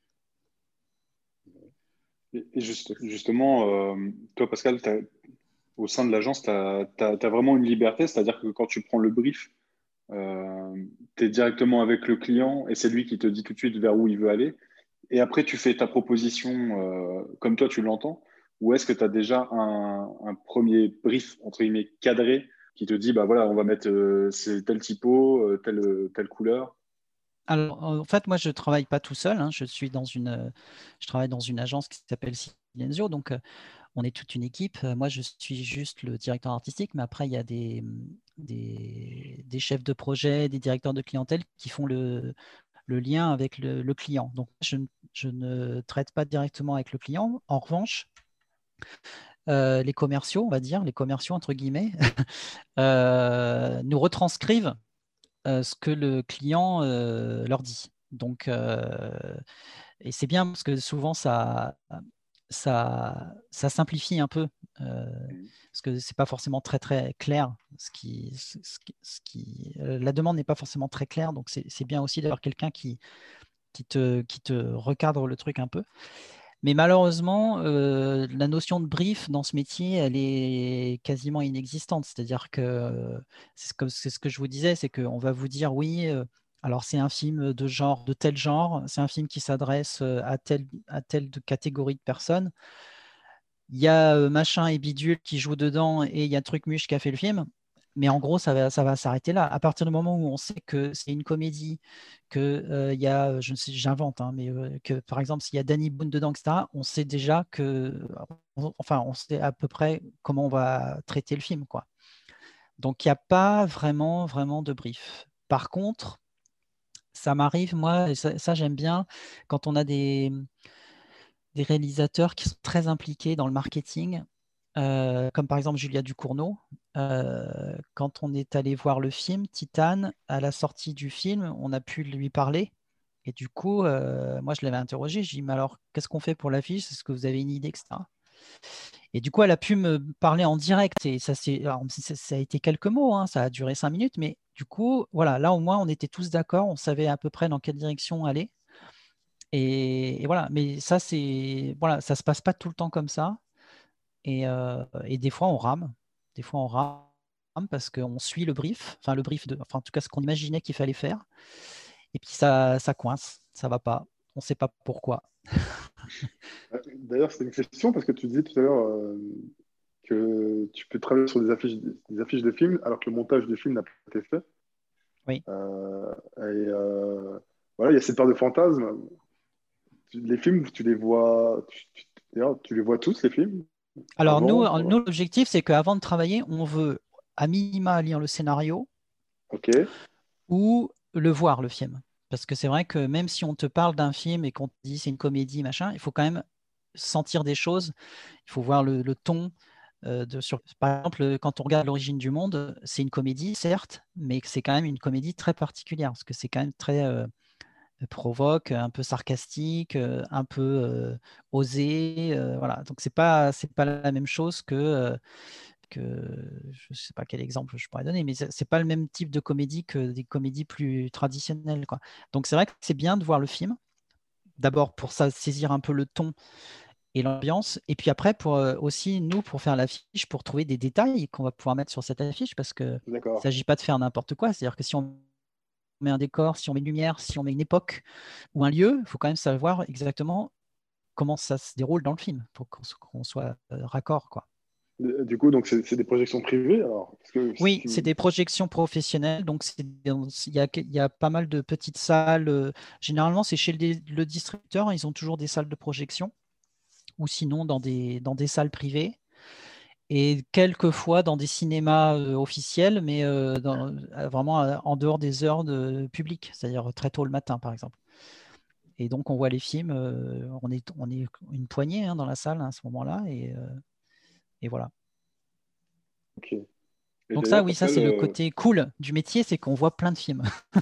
Et, et juste, justement, euh, toi, Pascal, t'as- au sein de l'agence, tu as, vraiment une liberté, c'est-à-dire que quand tu prends le brief, tu es directement avec le client et c'est lui qui te dit tout de suite vers où il veut aller. Et après, tu fais ta proposition euh, comme toi tu l'entends, ou est-ce que tu as déjà un, un premier brief, entre guillemets, cadré, qui te dit, bah voilà, on va mettre euh, c'est tel typo, euh, telle, telle couleur. Alors, en fait, moi, je ne travaille pas tout seul, hein. Je suis dans une, euh, je travaille dans une agence qui s'appelle Silenzio. Donc, euh, on est toute une équipe. Euh, Moi, je suis juste le directeur artistique, mais après, il y a des, des, des chefs de projet, des directeurs de clientèle qui font le, le lien avec le, le client. Donc, je, ne- je ne traite pas directement avec le client. En revanche, euh, les commerciaux, on va dire, les commerciaux, entre guillemets, euh, nous retranscrivent euh, ce que le client euh, leur dit. Donc, euh, et c'est bien parce que souvent, ça, ça, ça simplifie un peu, euh, Mhm. parce que c'est pas forcément très très clair. Ce qui, ce qui, ce qui, euh, la demande n'est pas forcément très claire, donc c'est c'est bien aussi d'avoir quelqu'un qui, qui te, qui te recadre le truc un peu. Mais malheureusement, euh, la notion de brief dans ce métier, elle est quasiment inexistante. C'est-à-dire que euh, c'est ce que, c'est ce que je vous disais, c'est qu'on va vous dire oui, euh, alors c'est un film de genre, de tel genre, c'est un film qui s'adresse euh, à telle, à telle de catégorie de personnes. Il y a euh, machin et bidule qui joue dedans et il y a Trucmuche qui a fait le film. Mais en gros, ça va, ça va s'arrêter là. À partir du moment où on sait que c'est une comédie, que euh, il y a, je ne sais, j'invente, hein, mais euh, que par exemple, s'il y a Danny Boone dedans, et cetera, on sait déjà que, on- enfin, on sait à peu près comment on va traiter le film, quoi. Donc, il n'y a pas vraiment, vraiment de brief. Par contre, ça m'arrive, moi, et ça, ça, j'aime bien, quand on a des, des réalisateurs qui sont très impliqués dans le marketing, euh, comme par exemple Julia Ducournau. Euh, quand on est allé voir le film Titane, à la sortie du film, on a pu lui parler. Et du coup, euh, moi, je l'avais interrogé. Je lui ai dit, mais alors, qu'est-ce qu'on fait pour l'affiche? Est-ce que vous avez une idée, et cetera. Et du coup, elle a pu me parler en direct. Et ça, c'est, alors, ça, ça a été quelques mots, hein, ça a duré cinq minutes. Mais du coup, voilà, là, au moins, on était tous d'accord. On savait à peu près dans quelle direction aller. Et, et voilà, mais ça, c'est, voilà, ça se passe pas tout le temps comme ça. Et, euh, et des fois, on rame. Des fois, on rame parce qu'on suit le brief, enfin, le brief de, enfin, en tout cas, ce qu'on imaginait qu'il fallait faire. Et puis, ça, ça coince, ça va pas. On ne sait pas pourquoi. Euh, D'ailleurs, c'est une question parce que tu disais tout à l'heure euh, que tu peux travailler sur des affiches, des affiches de films alors que le montage du film n'a pas été fait. Oui. Euh, et euh, voilà, il y a cette part de fantasme. Tu- les films, tu les vois, tu, tu- d'ailleurs, tu les vois tous, les films, Alors, nous, avant. nous Voilà. l'objectif, c'est qu'avant de travailler, on veut à minima lire le scénario Ok, ou le voir, le film. Parce que c'est vrai que même si on te parle d'un film et qu'on te dit c'est une comédie, machin, il faut quand même sentir des choses. Il faut voir le, le ton. euh, de, sur, par exemple, quand on regarde L'origine du monde, c'est une comédie, certes, mais c'est quand même une comédie très particulière, parce que c'est quand même très euh, provoque, un peu sarcastique, euh, un peu euh, osé. Euh, voilà. Donc, c'est pas, c'est pas la même chose que, euh, que je sais pas quel exemple je pourrais donner, mais c'est c'est pas le même type de comédie que des comédies plus traditionnelles, quoi. Donc, c'est vrai que c'est bien de voir le film. D'abord pour ça, saisir un peu le ton et l'ambiance. Et puis après, pour euh, aussi, nous, pour faire l'affiche, pour trouver des détails qu'on va pouvoir mettre sur cette affiche, parce qu'il ne d'accord. s'agit pas de faire n'importe quoi. C'est-à-dire que si on met un décor, si on met une lumière, si on met une époque ou un lieu, il faut quand même savoir exactement comment ça se déroule dans le film pour qu'on qu'on soit euh, raccord, quoi. Du du coup, donc c'est c'est des projections privées, alors, parce que Oui, si c'est vous- des projections professionnelles, donc c'est- il y a, il y a pas mal de petites salles. euh, Généralement, c'est chez le, le distributeur, ils ont toujours des salles de projection, ou sinon dans des, dans des salles privées. Et quelquefois dans des cinémas euh, officiels, mais euh, dans- euh, vraiment euh, en dehors des heures de public, c'est-à-dire très tôt le matin, par exemple. Et donc, on voit les films, euh, on est, on est une poignée hein, dans la salle hein, à ce moment-là, et, euh, et voilà. Ok. Et Donc ça, d'ailleurs, oui, ça Pascal, c'est le euh, côté cool du métier, c'est qu'on voit plein de films.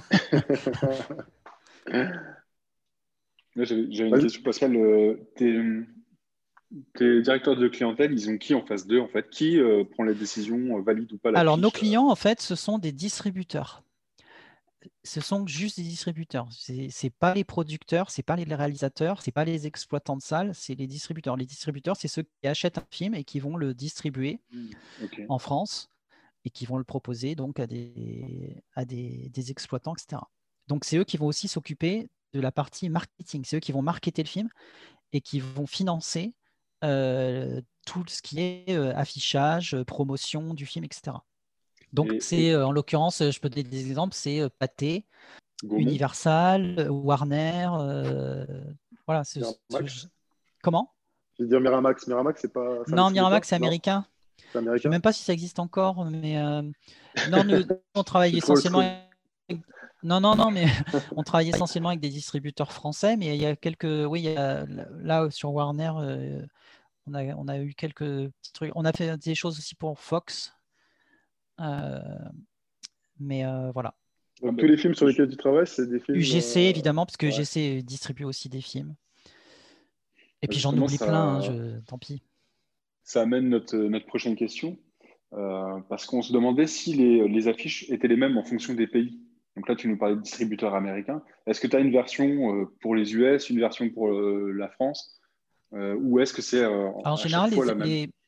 Là, j'avais j'avais une vas-y. question, Pascal. Euh, tes, tes directeurs de clientèle, ils ont qui en face d'eux, en fait? Qui euh, prend la décision, euh, valide ou pas Alors, nos l'affiche? euh clients, en fait, ce sont des distributeurs. Ce sont juste des distributeurs. C'est c'est pas les producteurs, c'est pas les réalisateurs, c'est pas les exploitants de salles, c'est les distributeurs. Les distributeurs, c'est ceux qui achètent un film et qui vont le distribuer Hmm, ok. en France et qui vont le proposer donc à des, à des, des exploitants, et cetera. Donc c'est eux qui vont aussi s'occuper de la partie marketing. C'est eux qui vont marketer le film et qui vont financer euh, tout ce qui est euh, affichage, euh, promotion du film, et cetera. Donc Et, c'est et euh, en l'occurrence, je peux donner des exemples, c'est euh, Pathé, Gaumont, Universal, Warner, euh, voilà. ce- ce- Miramax. comment? Je vais dire Miramax. Miramax, c'est pas c'est un Non, distributeur? Miramax, c'est Non? américain. C'est Je ne sais américain? même pas si ça existe encore, mais euh, non, nous, on travaille C'est trop le essentiellement truc. avec... Non, non, non, mais on travaille essentiellement avec des distributeurs français, mais il y a quelques... Oui, il y a... là, sur Warner, euh, on a, on a eu quelques petits trucs. On a fait des choses aussi pour Fox, euh, mais euh, voilà. ah Donc, bah, tous les films sur je- lesquels tu travailles, c'est des films. U G C, euh, évidemment, parce que Ouais. U G C distribue aussi des films. Et puis j'en justement, oublie plein, hein, ça, je... tant pis. ça amène notre, notre prochaine question. Euh, parce qu'on se demandait si les, les affiches étaient les mêmes en fonction des pays. Donc là, tu nous parlais de distributeurs américains. Est-ce que tu as une version euh, pour les U S, une version pour euh, la France, euh, ou est-ce que c'est euh, Alors, en à chaque général, les, fois la même? les-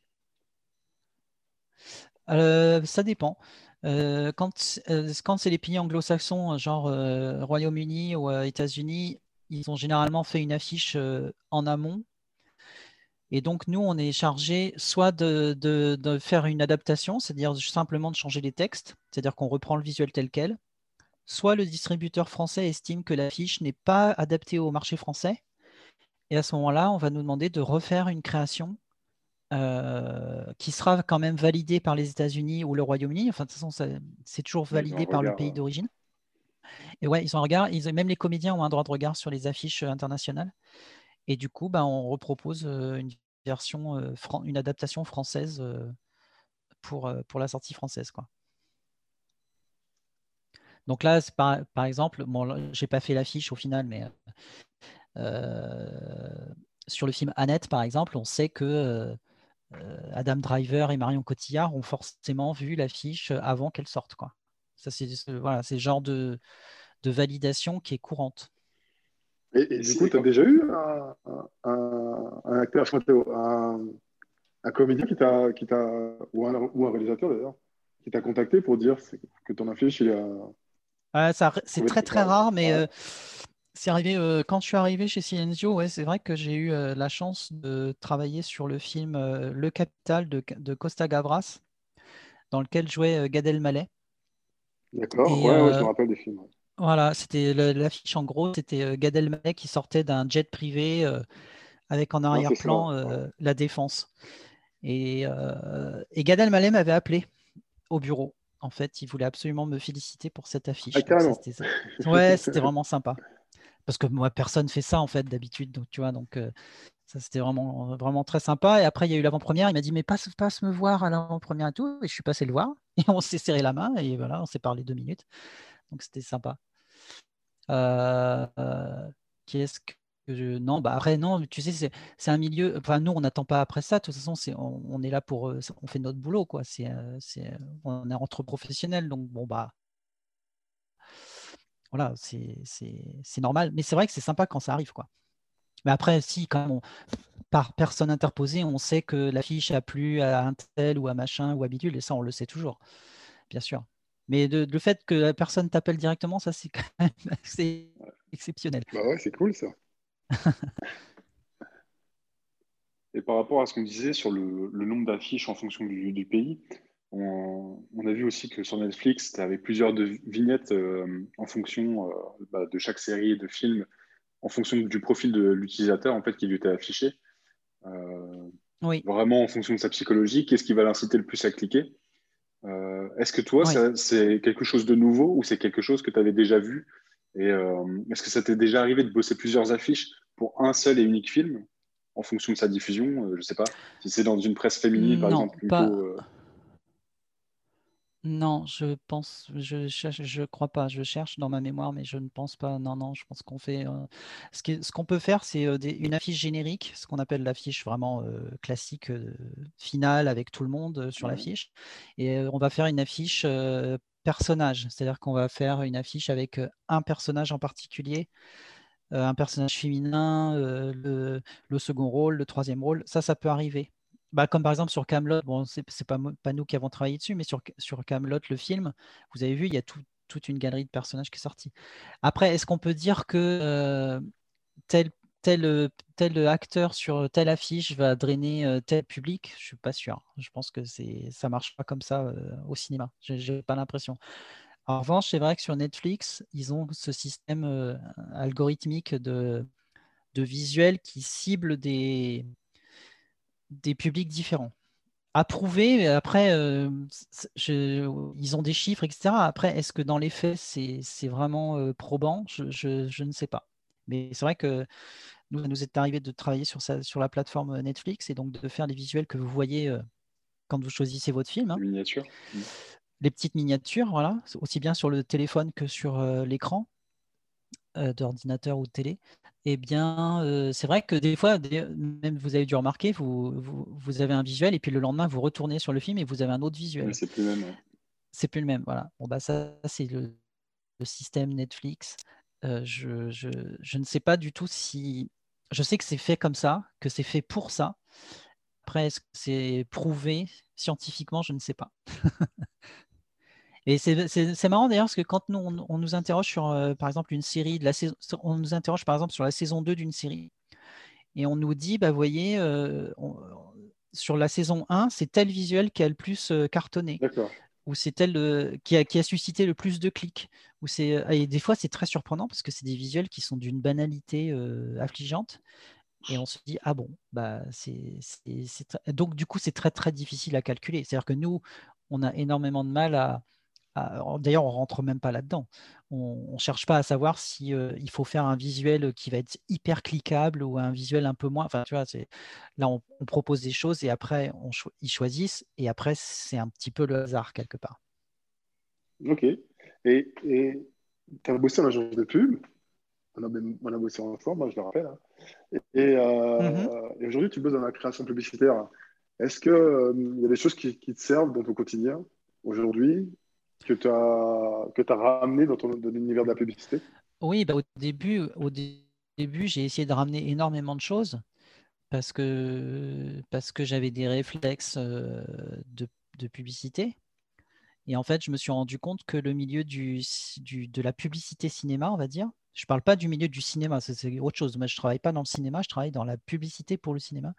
euh, ça dépend. Euh, quand euh, quand c'est les pays anglo-saxons, genre euh, Royaume-Uni ou euh, États-Unis, ils ont généralement fait une affiche euh, en amont. Et donc, nous, on est chargé soit de, de- de faire une adaptation, c'est-à-dire simplement de changer les textes, c'est-à-dire qu'on reprend le visuel tel quel, soit le distributeur français estime que l'affiche n'est pas adaptée au marché français. Et à ce moment-là, on va nous demander de refaire une création euh, qui sera quand même validée par les États-Unis ou le Royaume-Uni. Enfin, de toute façon, ça- c'est toujours Ouais, ils ont un validé par le regard. pays euh, d'origine. Et ouais, ils ont un regard, ils- même les comédiens ont un droit de regard sur les affiches euh, internationales. Et du coup, bah, on repropose euh, une version, euh, fran- une adaptation française euh, pour, euh, pour la sortie française, quoi. Donc là, c'est par, par exemple, bon, là, j'ai pas fait l'affiche au final, mais euh, sur le film Annette, par exemple, on sait que euh, euh, Adam Driver et Marion Cotillard ont forcément vu l'affiche avant qu'elle sorte, quoi. Ça, c'est ce- voilà, c'est le genre de, de validation qui est courante. Et, et du si- coup, et tu as quand- déjà eu un, un, un acteur, enfin, un, un comédien qui t'a, qui t'a, ou un, ou un réalisateur d'ailleurs, qui t'a contacté pour dire que ton affiche, il a Ah, ça, c'est trouvé très ça. très Enfin, rare, mais ouais, euh, c'est arrivé euh, quand je suis arrivé chez Silenzio. Ouais, c'est vrai que j'ai eu euh, la chance de travailler sur le film euh, Le Capital de, de Costa Gavras, dans lequel jouait euh, Gad Elmaleh. d'accord. Et Ouais, ouais, je me euh, rappelle des films. Ouais. voilà, c'était le- l'affiche en gros, c'était euh, Gad Elmaleh qui sortait d'un jet privé euh, avec en Ouais, c'est ça. arrière-plan Ouais. euh, la défense. Et, euh, et Gad Elmaleh m'avait appelé au bureau. En fait, il voulait absolument me féliciter pour cette Ah, affiche. Donc ça, carrément. c'était ouais, c'était vraiment sympa. Parce que moi, personne fait ça en fait d'habitude, donc tu vois, donc euh, ça c'était vraiment vraiment très sympa. Et après, il y a eu l'avant-première. Il m'a dit mais passe passe me voir à l'avant-première et tout. Et je suis passé le voir et on s'est serré la main et voilà, on s'est parlé deux minutes. Donc c'était sympa. Euh, euh, Qu'est-ce que je... Non, bah après, non, tu sais, c'est c'est un milieu. Enfin, nous, on n'attend pas après ça. De toute façon, c'est, on, on est là pour. euh, On fait notre boulot, quoi. C'est, euh, c'est, euh, on est entre professionnels. Donc, bon, bah, voilà, c'est c'est- c'est normal. Mais c'est vrai que c'est sympa quand ça arrive, quoi. Mais après, si, quand même, on- par personne interposée, on sait que l'affiche a plu à un tel ou à machin ou à bidule. Et ça, on le sait toujours, bien sûr. Mais de- le fait que la personne t'appelle directement, ça, c'est quand même assez exceptionnel. Bah ouais, c'est cool ça. Et par rapport à ce qu'on disait sur le, le nombre d'affiches en fonction du, du pays, on, on a vu aussi que sur Netflix, tu avais plusieurs de vignettes euh, en fonction euh, bah, de chaque série de films, en fonction du profil de l'utilisateur en fait qui lui était affiché. Euh, Oui, Vraiment en fonction de sa psychologie, qu'est-ce qui va l'inciter le plus à cliquer? Euh, est-ce que toi, oui. ça- c'est quelque chose de nouveau ou c'est quelque chose que tu avais déjà vu? Et euh, est-ce que ça t'est déjà arrivé de bosser plusieurs affiches pour un seul et unique film en fonction de sa diffusion? Euh, je sais pas. Si c'est dans une presse féminine, par Non, exemple, pas. plutôt. euh, Non, je pense, je cherche, je crois pas. Je cherche dans ma mémoire, mais je ne pense pas. Non, non, je pense qu'on fait. euh, ce qui- ce qu'on peut faire, c'est euh, des- une affiche générique, ce qu'on appelle l'affiche vraiment euh, classique euh, finale avec tout le monde euh, sur ouais. l'affiche. Et euh, on va faire une affiche euh, personnage, c'est-à-dire qu'on va faire une affiche avec euh, un personnage en particulier, euh, un personnage féminin, euh, le, le second rôle, le troisième rôle. Ça, ça peut arriver. Bah, comme par exemple sur Camelot, bon, c'est c'est pas, mo- pas nous qui avons travaillé dessus, mais sur, sur Camelot, le film, vous avez vu, il y a tout- toute une galerie de personnages qui est sortie. Après, est-ce qu'on peut dire que euh, tel, tel, euh, tel acteur sur telle affiche va drainer euh, tel public? Je suis pas sûr. Je pense que c'est, ça marche pas comme ça euh, au cinéma. J'ai j'ai pas l'impression. En revanche, c'est vrai que sur Netflix, ils ont ce système euh, algorithmique de, de visuel qui cible des, des publics différents. Approuvé, mais après, euh, c- je- ils ont des chiffres, et cetera. Après, est-ce que dans les faits, c'est c'est vraiment euh, probant? Je, je- je ne sais pas. Mais c'est vrai que nous, ça nous est arrivé de travailler sur, ça, sur la plateforme Netflix et donc de faire les visuels que vous voyez euh, quand vous choisissez votre film, hein. Les miniatures. Mm. Les petites miniatures, voilà, aussi bien sur le téléphone que sur euh, l'écran euh, d'ordinateur ou de télé. Eh bien, euh, c'est vrai que des fois, des- même vous avez dû remarquer, vous, vous, vous avez un visuel et puis le lendemain, vous retournez sur le film et vous avez un autre Mais visuel. c'est plus le même. Ouais. C'est plus le même. Voilà. Bon, bah, ça, c'est le le système Netflix. Euh, je, je, je ne sais pas du tout si... Je sais que c'est fait comme ça, que c'est fait pour ça. Après, est-ce que c'est prouvé scientifiquement? Je ne sais pas. Et c'est c'est- c'est marrant d'ailleurs parce que quand nous, on, on nous interroge sur, euh, par exemple, une série, de la saison, on nous interroge par exemple sur la saison deux d'une série, et on nous dit, bah, vous voyez, euh, on- sur la saison un, c'est tel visuel qui a le plus euh, cartonné, D'accord. ou c'est tel euh, qui a, qui a suscité le plus de clics. Ou c'est, euh, et des fois, c'est très surprenant parce que c'est des visuels qui sont d'une banalité euh, affligeante. Et on se dit, ah bon, bah, c'est, c'est- c'est très- donc du coup, c'est très très difficile à calculer. C'est-à-dire que nous, on a énormément de mal à, à- d'ailleurs, on rentre même pas là-dedans. On ne cherche pas à savoir si euh, il faut faire un visuel qui va être hyper cliquable ou un visuel un peu moins. Enfin, tu vois, c'est, là, on, on propose des choses et après, on cho- ils choisissent. Et après, c'est un petit peu le hasard quelque part. Ok. Et et tu as bossé en agence de pub. On a, même- on a bossé ensemble, moi, je le rappelle, hein. Et, Mhm. euh, et aujourd'hui, tu bosses dans la création publicitaire. Est-ce que, euh, il y a des choses qui, qui te servent dans ton quotidien aujourd'hui que tu as, que tu ramené dans ton dans l'univers de la publicité? Oui, bah, au début, au dé- début, j'ai essayé de ramener énormément de choses parce que, parce que j'avais des réflexes euh, de, de publicité. Et en fait, je me suis rendu compte que le milieu du, du- de la publicité cinéma, on va dire, je ne parle pas du milieu du cinéma, ça, c'est autre chose. Moi, je ne travaille pas dans le cinéma, je travaille dans la publicité pour le cinéma.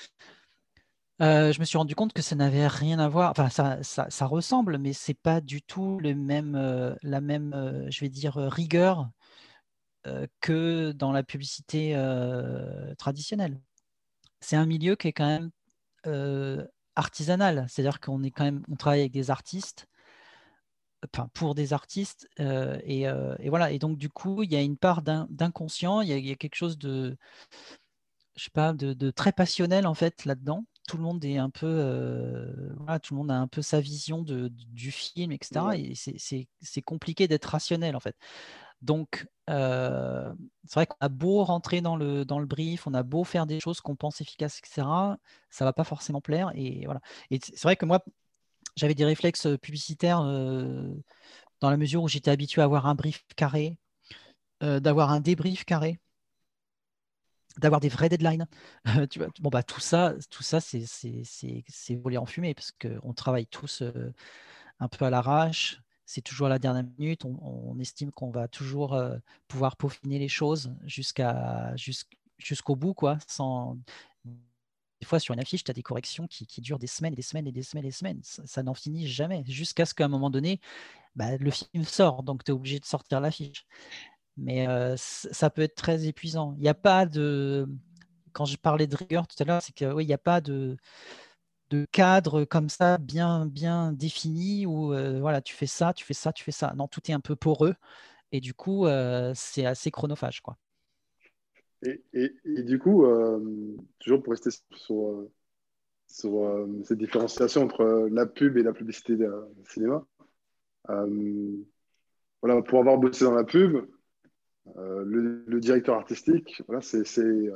Euh, je me suis rendu compte que ça n'avait rien à voir. Enfin, ça, ça, ça ressemble, mais c'est pas du tout le même, euh, la même, euh, je vais dire, euh, rigueur euh, que dans la publicité euh, traditionnelle. C'est un milieu qui est quand même euh, artisanal, c'est-à-dire qu'on est quand même, on travaille avec des artistes, enfin pour des artistes, euh, et, euh, et voilà. Et donc du coup, il y a une part d'in- d'inconscient, il y a, il y a quelque chose de, je sais pas, de, de très passionnel en fait là-dedans. Tout le monde est un peu, euh, voilà, tout le monde a un peu sa vision de, du film, et cetera. Ouais. Et c'est c'est- c'est compliqué d'être rationnel en fait. Donc, euh, c'est vrai qu'on a beau rentrer dans le, dans le brief, on a beau faire des choses qu'on pense efficaces, et cetera. Ça va pas forcément plaire. Et voilà. Et c'est vrai que moi, j'avais des réflexes publicitaires euh, dans la mesure où j'étais habitué à avoir un brief carré, euh, d'avoir un débrief carré, d'avoir des vrais deadlines. Euh, tu vois, bon, bah, tout ça, tout ça c'est c'est- c'est- c'est volé en fumée parce qu'on travaille tous euh, un peu à l'arrache. C'est toujours à la dernière minute. On, on estime qu'on va toujours euh, pouvoir peaufiner les choses jusqu'à, jusqu'- jusqu'au bout, quoi. Sans... Des fois, sur une affiche, tu as des corrections qui, qui durent des semaines et des semaines et des semaines et des semaines. Ça, ça n'en finit jamais. Jusqu'à ce qu'à un moment donné, bah, le film sort. Donc, tu es obligé de sortir l'affiche. Mais euh, c- ça peut être très épuisant. Il n'y a pas de. Quand je parlais de rigueur tout à l'heure, c'est que oui, il n'y a pas de, de cadre comme ça bien, bien défini où euh, voilà, tu fais ça, tu fais ça, tu fais ça. Non, tout est un peu poreux et du coup, euh, c'est assez chronophage, quoi. Et, et, et du coup, euh, toujours pour rester sur, euh, sur euh, cette différenciation entre euh, la pub et la publicité de cinéma, euh, voilà, pour avoir bossé dans la pub, euh, le, le directeur artistique, voilà, c'est, c'est, euh,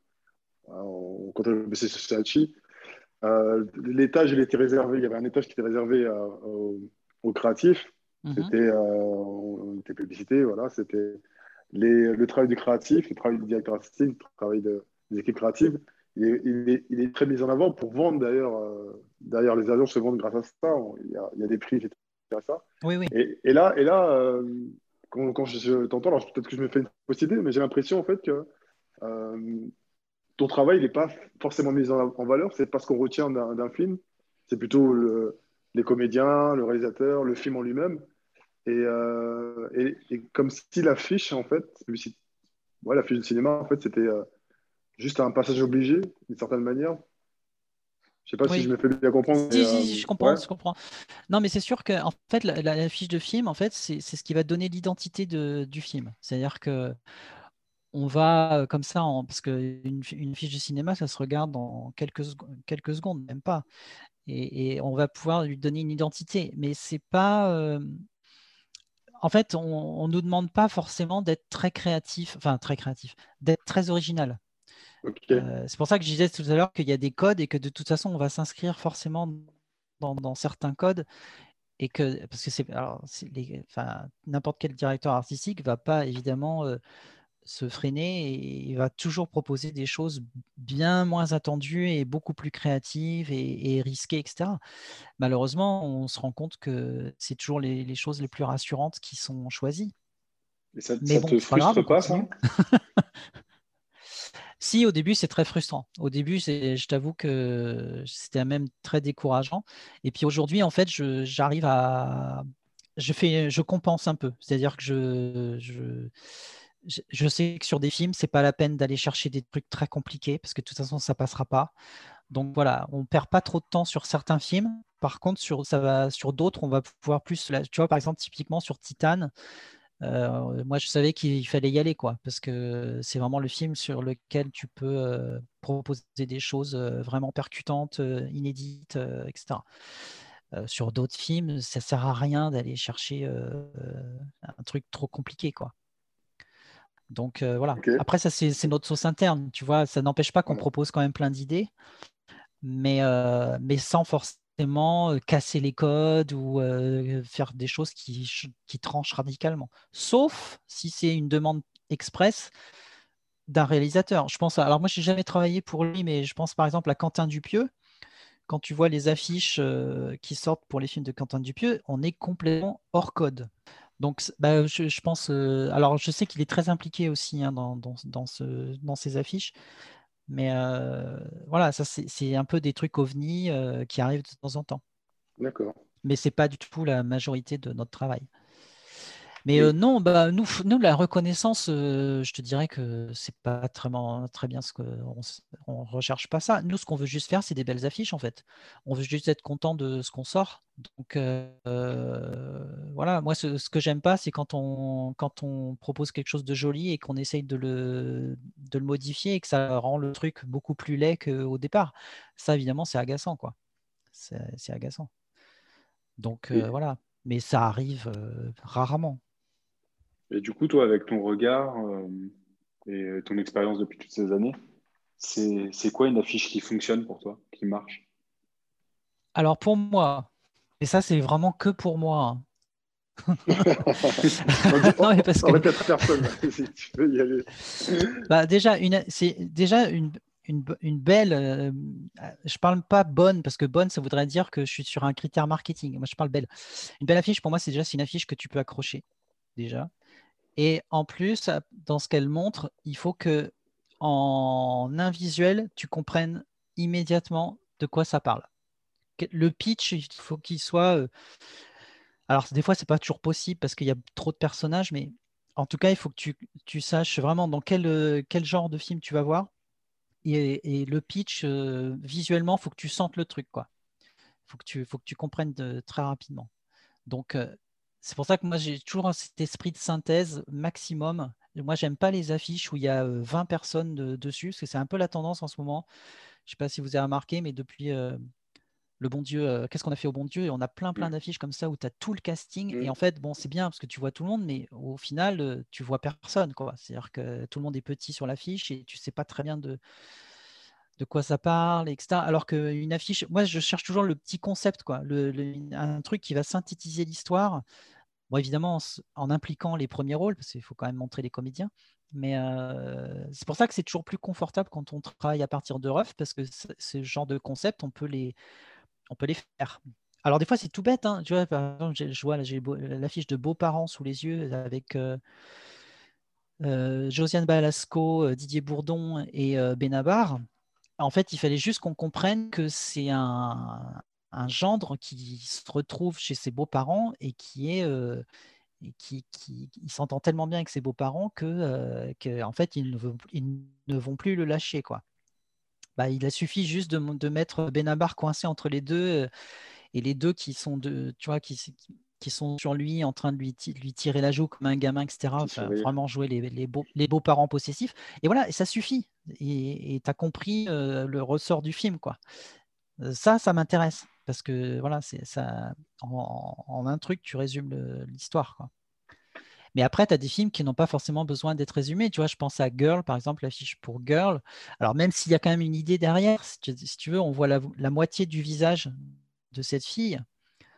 on- quand on a bossé sur Saatchi, euh, l'étage, il était réservé, il y avait un étage qui était réservé à- aux, aux créatifs. Mhm. C'était, euh, on était publicité, voilà, c'était les, le travail du créatif, le travail du directeur artistique, le travail de- des équipes créatives. Il est, il est- il est très mis en avant pour vendre d'ailleurs, euh, derrière les agences se vendent grâce à ça. On- Il y a, il y a des prix qui à ça. Oui, oui. Et, et là, et là euh, quand, quand je, je t'entends, alors peut-être que je me fais une fausse idée, mais j'ai l'impression en fait que euh, ton travail n'est pas forcément mis en, en valeur. C'est pas ce qu'on retient d'un d'un film. C'est plutôt le- les comédiens, le réalisateur, le film en lui-même. Et, euh, et, et comme si l'affiche, en fait, celui-ci- ouais, l'affiche de cinéma, en fait, c'était euh, juste un passage obligé, d'une certaine manière. Je sais pas si je Oui. me fais bien comprendre, mais Si, si, si, euh, je comprends, ouais, je comprends. Non, mais c'est sûr que en fait, la, la- la fiche de film, en fait, c'est c'est ce qui va donner l'identité de- du film. C'est-à-dire que on va euh, comme ça, en- parce qu'une une fiche de cinéma, ça se regarde en quelques, secondes- quelques secondes, même pas. Et, et on va pouvoir lui donner une identité. Mais c'est pas. euh, En fait, on ne nous demande pas forcément d'être très créatif, enfin très créatif, d'être très original. ok. Euh, c'est pour ça que je disais tout à l'heure qu'il y a des codes et que de toute façon, on va s'inscrire forcément dans, dans certains codes. et que, parce que c'est, alors, c'est les, enfin, n'importe quel directeur artistique va pas évidemment euh, se freiner et il va toujours proposer des choses bien moins attendues et beaucoup plus créatives et, et risquées, et cetera. Malheureusement, on se rend compte que c'est toujours les, les choses les plus rassurantes qui sont choisies. Et ça, Mais ça bon, te c'est pas grave, frustre on pas, ça? continue. Si, au début, c'est très frustrant. Au début, c'est, je t'avoue que c'était même très décourageant. Et puis aujourd'hui, en fait, je, j'arrive à, je fais, je compense un peu. C'est-à-dire que je, je, je je sais que sur des films, c'est pas la peine d'aller chercher des trucs très compliqués parce que de toute façon, ça passera pas. Donc voilà, on perd pas trop de temps sur certains films. Par contre, sur, ça va, sur d'autres, on va pouvoir plus. Là, tu vois, par exemple, typiquement sur Titan, euh, moi, je savais qu'il fallait y aller, quoi, parce que c'est vraiment le film sur lequel tu peux euh, proposer des choses euh, vraiment percutantes, euh, inédites, euh, et cetera. Euh, sur d'autres films, ça sert à rien d'aller chercher euh, euh, un truc trop compliqué, quoi. Donc euh, voilà. Ok. Après, ça, c'est c'est notre sauce interne, tu vois. Ça n'empêche pas qu'on Ouais. propose quand même plein d'idées, mais, euh, mais sans forcément euh, casser les codes ou euh, faire des choses qui, ch- qui tranchent radicalement. Sauf si c'est une demande express d'un réalisateur. Je pense, à- alors moi, je n'ai jamais travaillé pour lui, mais je pense par exemple à Quentin Dupieux. Quand tu vois les affiches euh, qui sortent pour les films de Quentin Dupieux, on est complètement hors code. Donc, c- bah, je, je pense. Euh, alors, je sais qu'il est très impliqué aussi hein, dans, dans, dans ce, dans ces affiches. Mais euh, voilà, ça c'est c'est un peu des trucs ovnis euh, qui arrivent de temps en temps. D'accord. Mais c'est pas du tout la majorité de notre travail. Mais euh, Et non, bah, nous, f- nous, la reconnaissance, euh, je te dirais que c'est pas très, très bien ce qu'on on recherche pas ça. Nous, ce qu'on veut juste faire, c'est des belles affiches en fait. On veut juste être content de ce qu'on sort. Donc euh, euh, voilà, moi, ce, ce que j'aime pas, c'est quand on, quand on propose quelque chose de joli et qu'on essaye de le, de le modifier et que ça rend le truc beaucoup plus laid qu'au départ. Ça, évidemment, c'est agaçant, quoi. C'est c'est agaçant. Donc euh, Et, voilà. Mais ça arrive euh, rarement. et du coup, toi, avec ton regard euh, et ton expérience depuis toutes ces années, c'est, c'est quoi une affiche qui fonctionne pour toi, qui marche? Alors pour moi, et ça c'est vraiment que pour moi, on, dit- hein. on- Non mais parce on que répète à personne, si tu veux y aller. bah, déjà une, c'est déjà une, une, une belle. Euh, je parle pas bonne parce que bonne ça voudrait dire que je suis sur un critère marketing. Moi je parle belle. Une belle affiche pour moi c'est déjà c'est une affiche que tu peux accrocher déjà. Et en plus dans ce qu'elle montre, il faut que en un visuel tu comprennes immédiatement de quoi ça parle. Le pitch il faut qu'il soit euh, Alors, des fois, c'est pas toujours possible parce qu'il y a trop de personnages, mais en tout cas, il faut que tu, tu saches vraiment dans quel, euh, quel genre de film tu vas voir. Et, et le pitch, euh, visuellement, il faut que tu sentes le truc, quoi. Il faut que tu, faut que tu comprennes de- très rapidement. Donc, euh, c'est pour ça que moi, j'ai toujours cet esprit de synthèse maximum. Moi, j'aime pas les affiches où il y a euh, vingt personnes de- dessus, parce que c'est un peu la tendance en ce moment. Je sais pas si vous avez remarqué, mais depuis, euh, le bon Dieu, euh, qu'est-ce qu'on a fait au bon Dieu? Et on a plein plein Mm. d'affiches comme ça où tu as tout le casting. Et Mm. en fait, bon, c'est bien parce que tu vois tout le monde, mais au final, euh, tu vois personne, quoi. C'est-à-dire que tout le monde est petit sur l'affiche et tu sais pas très bien de, de quoi ça parle, et cetera. Alors qu'une affiche, moi, je cherche toujours le petit concept, quoi. Le, le- un truc qui va synthétiser l'histoire. Bon, évidemment, en, s- en impliquant les premiers rôles, parce qu'il faut quand même montrer les comédiens. Mais euh, c'est pour ça que c'est toujours plus confortable quand on travaille à partir de ref, parce que ce ce genre de concept, on peut les, on peut les faire. Alors des fois c'est tout bête, hein. Tu vois, par exemple, j'ai- je vois là, j'ai beau- l'affiche de Beaux-parents sous les yeux avec euh, euh, Josiane Balasco, euh, Didier Bourdon et euh, Benabar. En fait, il fallait juste qu'on comprenne que c'est un, un gendre qui se retrouve chez ses beaux-parents et qui est euh, et qui, qui il s'entend tellement bien avec ses beaux-parents que, euh, que, en fait ils ne, vont, ils ne vont plus le lâcher, quoi. Bah, il a suffi juste de, de mettre Benabar coincé entre les deux euh, et les deux qui sont de, tu vois, qui, qui sont sur lui en train de lui, lui tirer la joue comme un gamin, et cetera. Petit Enfin, sourire. vraiment jouer les, les, beaux, les beaux parents possessifs. Et voilà, et ça suffit. Et tu as compris euh, le ressort du film, quoi. Euh, Ça, ça m'intéresse. Parce que voilà, c'est ça. En, en un truc, tu résumes le- l'histoire, quoi. Mais après, tu as des films qui n'ont pas forcément besoin d'être résumés. Tu vois, je pense à Girl, par exemple, l'affiche pour Girl. Alors, même s'il y a quand même une idée derrière, si tu, si tu veux, on voit la, la moitié du visage de cette fille.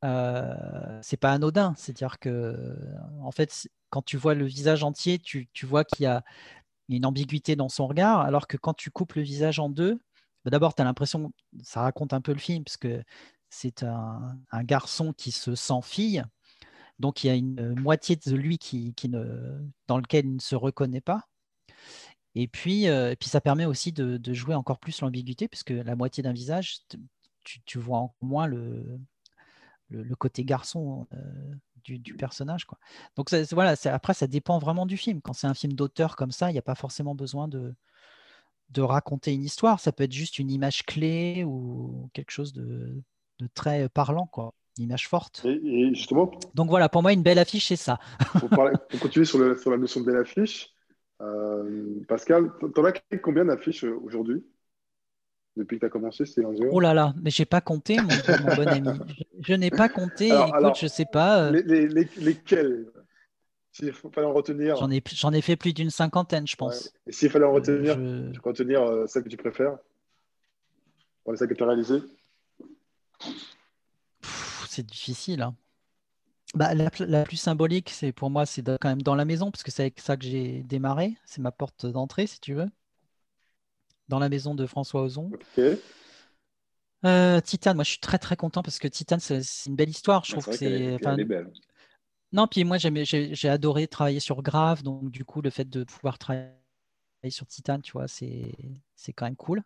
euh, c'est pas anodin. C'est-à-dire que, en fait, quand tu vois le visage entier, tu, tu vois qu'il y a une ambiguïté dans son regard, alors que quand tu coupes le visage en deux, bah, d'abord, tu as l'impression, ça raconte un peu le film, parce que c'est un, un garçon qui se sent fille, donc il y a une moitié de lui qui, qui ne, dans lequel il ne se reconnaît pas. Et puis, euh, et puis ça permet aussi de, de jouer encore plus l'ambiguïté, puisque la moitié d'un visage, tu, tu vois encore moins le, le, le côté garçon euh, du, du personnage, quoi. Donc ça, voilà, après, ça dépend vraiment du film. Quand c'est un film d'auteur comme ça, il n'y a pas forcément besoin de, de raconter une histoire. Ça peut être juste une image clé ou quelque chose de, de très parlant, quoi. Une image forte. Et, et justement, Donc voilà, pour moi, une belle affiche, c'est ça. pour, parler, pour continuer sur, le, sur la notion de belle affiche, euh, Pascal, t'en as créé combien d'affiches euh, aujourd'hui depuis que tu as commencé, c'était un Oh jour? là là, mais j'ai pas compté, mon, mon bon ami. Je, je n'ai pas compté. Alors, Écoute, je alors sais pas. euh, les, les, les, lesquels? S'il fallait en J'en retenir, ai, j'en ai fait plus d'une cinquantaine, je ouais. pense. Et s'il fallait en Euh, retenir, je... tu peux retenir euh, celle que tu préfères, pour celle que tu as réalisée? Pff, c'est difficile, hein. Bah, la, pl- la plus symbolique, c'est pour moi, c'est de- quand même dans la maison, parce que c'est avec ça que j'ai démarré. C'est ma porte d'entrée, si tu veux, dans la maison de François Ozon. Ok. Euh, Titane, moi, je suis très très content parce que Titane, c'est c'est une belle histoire. Je Ouais, trouve c'est que vrai qu'elle c'est, est, enfin, elle est belle. non, puis moi, j'aimais- j'ai j'ai adoré travailler sur Grave, donc du coup, le fait de pouvoir travailler sur Titane, tu vois, c'est c'est quand même cool.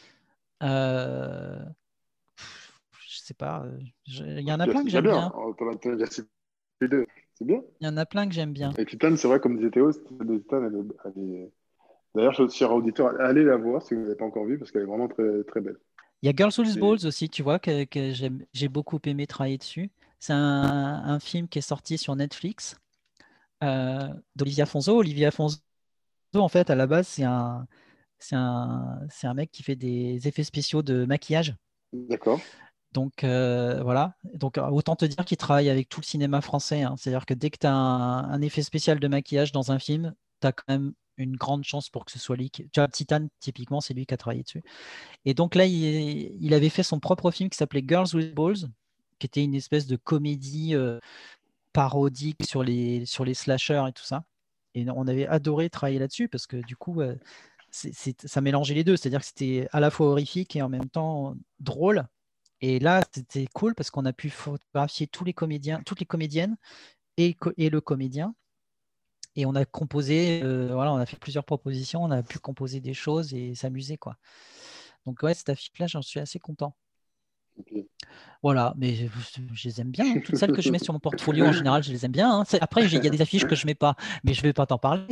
Euh, je sais pas, euh, je- il y en a Ok, plein c'est que déjà j'aime bien. bien. Oh, t'en as t'en as déjà cité deux. C'est bien. Il y en a plein que j'aime bien. Et Titan, c'est vrai, comme disait Théo, celle de Titan, elle est, elle est- d'ailleurs, je suis auditeur, allez la voir si vous ne l'avez pas encore vue, parce qu'elle est vraiment très, très belle. Il y a Girls Who Et- Balls aussi, tu vois, que, que j'aime- j'ai beaucoup aimé travailler dessus. C'est un, un film qui est sorti sur Netflix euh, d'Olivia Fonso. Olivia Fonso, en fait, à la base, c'est un, c'est un, c'est un mec qui fait des effets spéciaux de maquillage. D'accord. Donc euh, voilà. Donc euh, autant te dire qu'il travaille avec tout le cinéma français, hein. C'est-à-dire que dès que tu as un, un effet spécial de maquillage dans un film, tu as quand même une grande chance pour que ce soit lui. qui- Tu vois, Titan, typiquement, c'est lui qui a travaillé dessus. Et donc là, il, il avait fait son propre film qui s'appelait Girls with Balls, qui était une espèce de comédie euh, parodique sur les, sur les slashers et tout ça. Et on avait adoré travailler là-dessus parce que du coup, euh, c'est- c'est- ça mélangeait les deux. C'est-à-dire que c'était à la fois horrifique et en même temps drôle. Et là, c'était cool parce qu'on a pu photographier tous les comédiens, toutes les comédiennes et, co- et le comédien. Et on a composé, euh, voilà, on a fait plusieurs propositions, on a pu composer des choses et s'amuser, quoi. Donc ouais, cette affiche-là, j'en suis assez content. Ok. Voilà, mais je, je les aime bien, hein. Toutes celles que je mets sur mon portfolio, en général, je les aime bien, hein. C'est- Après, j'ai- il y a des affiches que je mets pas, mais je vais pas t'en parler.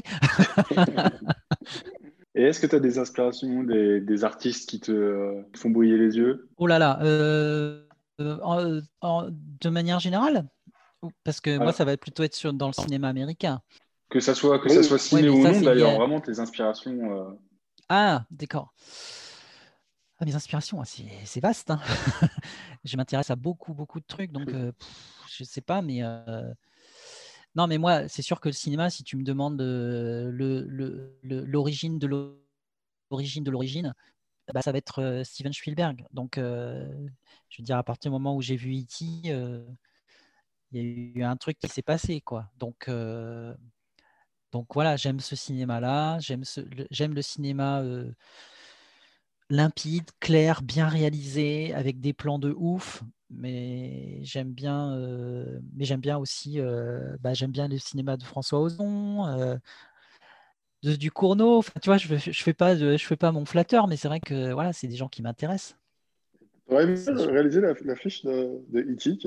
Et est-ce que tu as des inspirations, des, des artistes qui te euh, font briller les yeux? Oh là là, euh, euh, en- en- de manière générale, ou- parce que moi, Alors, ça va plutôt être sur, dans le cinéma américain. que ça soit, que ça Oui, soit Ouais, ciné mais ou ça, non, c'est lié d'ailleurs, à... vraiment tes inspirations. euh, Ah, d'accord. Ah, mes inspirations, ah, c'est c'est vaste, hein. Je m'intéresse à beaucoup, beaucoup de trucs, donc euh, pff, je sais pas, mais euh, non, mais moi, c'est sûr que le cinéma, si tu me demandes euh, le, le- le- l'origine de l'origine de l'origine, bah, ça va être euh, Steven Spielberg. Donc, euh, je veux dire, à partir du moment où j'ai vu E T, euh, il y a eu un truc qui s'est passé, quoi. Donc, euh, donc voilà, j'aime ce cinéma-là, j'aime ce, le- j'aime le cinéma euh, limpide, clair, bien réalisé, avec des plans de ouf. Mais j'aime bien, euh, mais j'aime bien aussi, euh, bah, j'aime bien le cinéma de François Ozon, euh, de, du Cournot. Enfin, tu vois, je, je fais pas, de- je fais pas mon flatteur, mais c'est vrai que voilà, c'est des gens qui m'intéressent. tu aurais aimé C'est- je- réaliser la, la fiche de, de E T